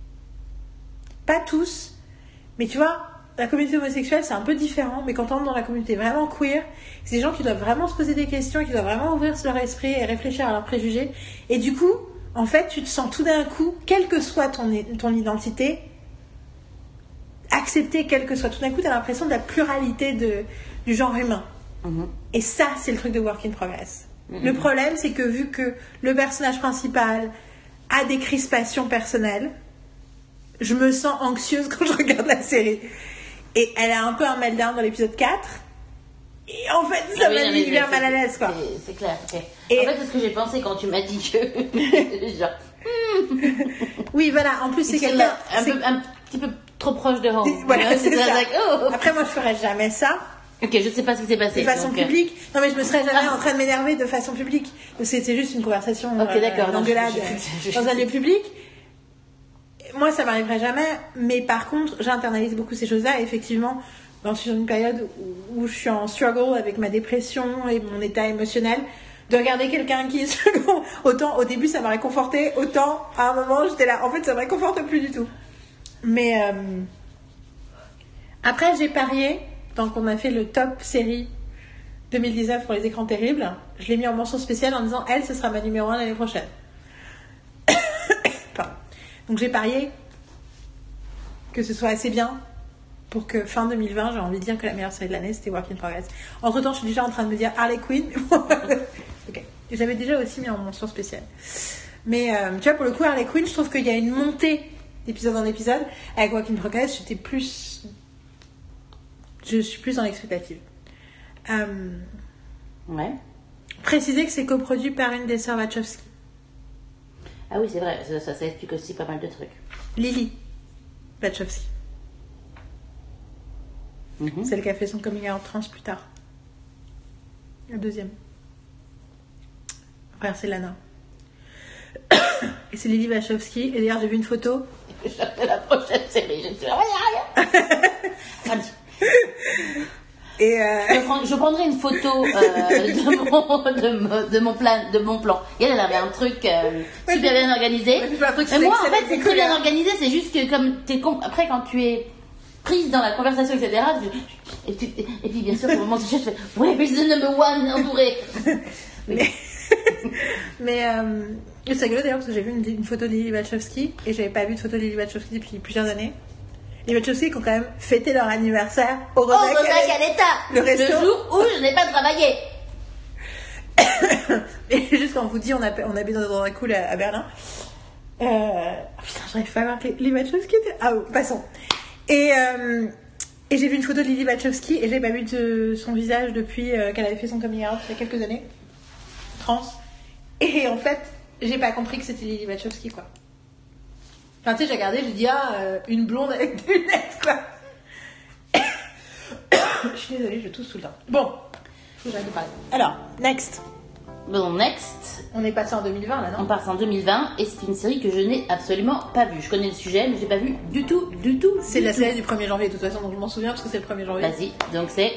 Speaker 1: Pas tous, mais tu vois, la communauté homosexuelle c'est un peu différent, mais quand on est dans la communauté vraiment queer, c'est des gens qui doivent vraiment se poser des questions, qui doivent vraiment ouvrir leur esprit et réfléchir à leurs préjugés, et du coup, en fait, tu te sens tout d'un coup, quelle que soit ton, ton identité, accepté, quelle que soit, tout d'un coup, tu as l'impression de la pluralité de, du genre humain. Mm-hmm. Et ça, c'est le truc de Work in Progress. Mm-hmm. Le problème, c'est que vu que le personnage principal a des crispations personnelles, je me sens anxieuse quand je regarde la série. Et elle a un peu un meltdown dans l'épisode quatre. Et en fait, ça ah oui, m'a mis hyper mal à l'aise, quoi.
Speaker 2: C'est, c'est clair, ok. Et en fait, c'est ce que j'ai pensé quand tu m'as dit que... Genre...
Speaker 1: oui, voilà, en plus, c'est, c'est quelqu'un...
Speaker 2: Un,
Speaker 1: c'est...
Speaker 2: Peu, un petit peu trop proche de Rome.
Speaker 1: Voilà, c'est, c'est ça.
Speaker 2: Like, oh.
Speaker 1: Après, moi, je ferais jamais ça.
Speaker 2: Ok, je sais pas ce qui s'est passé.
Speaker 1: De façon
Speaker 2: donc...
Speaker 1: publique. Non, mais je me serais jamais ah. en train de m'énerver de façon publique. C'était juste une conversation
Speaker 2: okay,
Speaker 1: euh, d'engueulade dans un lieu public. Moi, ça m'arriverait jamais. Mais par contre, j'internalise beaucoup ces choses-là. Et effectivement, dans une période où, où je suis en struggle avec ma dépression et mon état émotionnel, de regarder quelqu'un qui autant au début ça m'a réconforté, autant à un moment j'étais là. En fait, ça me réconforte plus du tout. Mais euh... après, j'ai parié. Donc on a fait le top série deux mille dix-neuf pour les écrans terribles. Je l'ai mis en mention spéciale en disant elle, ce sera ma numéro un l'année prochaine. Donc j'ai parié que ce soit assez bien pour que fin deux mille vingt, j'ai envie de dire que la meilleure série de l'année c'était Work in Progress. Entre temps, je suis déjà en train de me dire Harley Quinn. Ok. J'avais déjà aussi mis en mention spéciale. Mais euh, tu vois, pour le coup, Harley Quinn, je trouve qu'il y a une montée d'épisode en épisode. Avec Work in Progress, j'étais plus. Je suis plus dans l'expectative. Euh...
Speaker 2: Ouais.
Speaker 1: préciser que c'est coproduit par une des sœurs Wachowski.
Speaker 2: Ah oui, c'est vrai, ça, ça, ça explique aussi pas mal de trucs.
Speaker 1: Lily Wachowski.
Speaker 2: Mm-hmm.
Speaker 1: Celle qui a fait son coming out trans plus tard. La deuxième. Frère, c'est Lana. Et c'est Lily Wachowski. Et d'ailleurs, j'ai vu une photo.
Speaker 2: J'attends la prochaine série, je ne sais rien. Vas-y.
Speaker 1: Et euh...
Speaker 2: je, prends, je prendrai une photo euh, de, mon, de, mon, de, mon plan, de mon plan. Et elle avait un truc euh,
Speaker 1: ouais,
Speaker 2: super bien organisé.
Speaker 1: Ouais, truc,
Speaker 2: et moi, en fait, c'est très bien organisé. C'est juste que comme t'es con... après, quand tu es prise dans la conversation, et cetera. Tu... Et, puis, et puis, bien sûr, au moment où tu cherches, tu fais ouais, mais c'est le number one entouré.
Speaker 1: Mais, mais euh, c'est rigolo d'ailleurs parce que j'ai vu une, une photo de Lily Wachowski et j'avais pas vu de photo de Lily Wachowski depuis plusieurs années. Les Wachowski qui ont quand même fêté leur anniversaire au Rosa
Speaker 2: Caleta,
Speaker 1: le, resto...
Speaker 2: le jour où je n'ai pas travaillé.
Speaker 1: Et juste quand on vous dit, on, a, on habite dans un cool à, à Berlin. Euh... Putain, j'arrive pas à voir que les Wachowski étaient... Ah, oh, passons. Et, euh, et j'ai vu une photo de Lily Wachowski et j'ai pas vu de son visage depuis euh, qu'elle avait fait son coming out il y a quelques années. Trans. Et en fait, j'ai pas compris que c'était Lily Wachowski, quoi. Enfin, tu sais, j'ai regardé, j'ai dit, ah, euh, une blonde avec des lunettes, quoi. Je suis désolée, je tousse tout le temps. Bon, faut que j'arrête de parler. Alors, next.
Speaker 2: Bon, next.
Speaker 1: On est passé en deux mille vingt, là, non?
Speaker 2: On passe en deux mille vingt, et c'est une série que je n'ai absolument pas vue. Je connais le sujet, mais j'ai pas vu du tout, du tout.
Speaker 1: C'est
Speaker 2: du
Speaker 1: la
Speaker 2: tout.
Speaker 1: série du premier janvier, de toute façon, donc je m'en souviens, parce que c'est le premier janvier.
Speaker 2: Vas-y, donc c'est...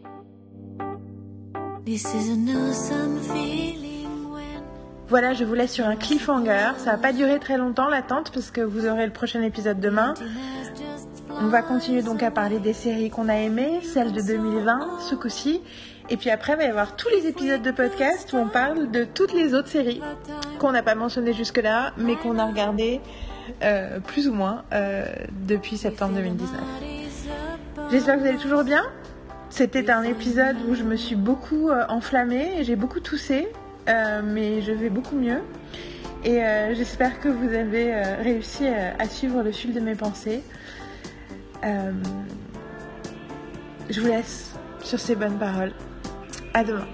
Speaker 3: This is an awesome feeling when...
Speaker 1: Voilà, je vous laisse sur un cliffhanger. Ça va pas durer très longtemps l'attente parce que vous aurez le prochain épisode demain. On va continuer donc à parler des séries qu'on a aimées, celles de deux mille vingt ce coup-ci. Et puis après, il va y avoir tous les épisodes de podcast où on parle de toutes les autres séries qu'on n'a pas mentionnées jusque-là, mais qu'on a regardées euh, plus ou moins euh, depuis septembre deux mille dix-neuf. J'espère que vous allez toujours bien. C'était un épisode où je me suis beaucoup euh, enflammée et j'ai beaucoup toussé. Euh, mais je vais beaucoup mieux et euh, j'espère que vous avez euh, réussi euh, à suivre le fil de mes pensées. Euh, je vous laisse sur ces bonnes paroles. À demain.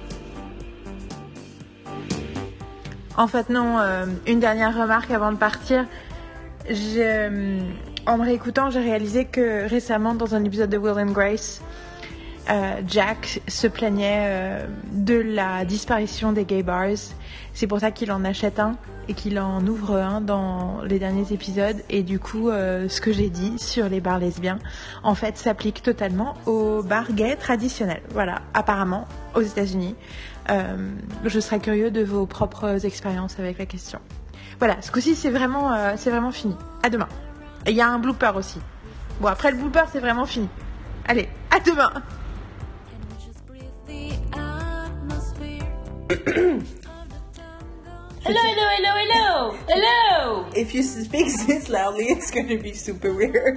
Speaker 1: En fait non, euh, une dernière remarque avant de partir. J'ai, euh, en me réécoutant, j'ai réalisé que récemment dans un épisode de Will and Grace, Euh, Jack se plaignait euh, de la disparition des gay bars. C'est pour ça qu'il en achète un et qu'il en ouvre un dans les derniers épisodes. Et du coup, euh, ce que j'ai dit sur les bars lesbiens, en fait, s'applique totalement aux bars gays traditionnels. Voilà, apparemment, aux États-Unis. Euh, je serais curieux de vos propres expériences avec la question. Voilà, ce coup-ci, c'est vraiment, euh, c'est vraiment fini. À demain. Et il y a un blooper aussi. Bon, après le blooper, c'est vraiment fini. Allez, à demain.
Speaker 2: Hello, hello, hello, hello, hello.
Speaker 1: If you speak this loudly, it's going to be super weird.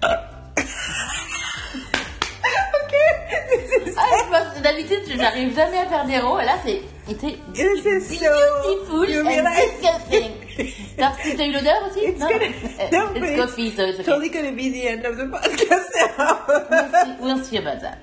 Speaker 1: Okay, this is...
Speaker 2: Ah, parce que d'habitude, j'arrive jamais à faire des rows, et là, c'est... C'était
Speaker 1: This is so...
Speaker 2: beautiful
Speaker 1: You
Speaker 2: and
Speaker 1: realize...
Speaker 2: disgusting. T'as t'as eu l'odeur aussi?
Speaker 1: It's
Speaker 2: Non,
Speaker 1: gonna... No, but
Speaker 2: it's
Speaker 1: it's
Speaker 2: coffee, so it's okay.
Speaker 1: totally going to be the end of the podcast now.
Speaker 2: We'll see about that.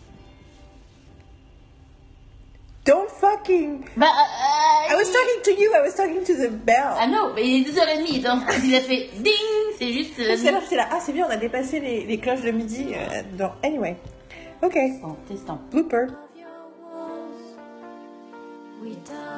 Speaker 1: Don't fucking...
Speaker 2: Bah, euh,
Speaker 1: I was talking to you, I was talking to the bell.
Speaker 2: Ah non, mais il est deux heures trente, donc il a fait ding, c'est juste...
Speaker 1: Ah, c'est là, c'est là. Ah, c'est bien, on a dépassé les, les cloches de midi. Euh, dans... Anyway. Ok.
Speaker 2: Bon, testant.
Speaker 1: Blooper.
Speaker 3: We die.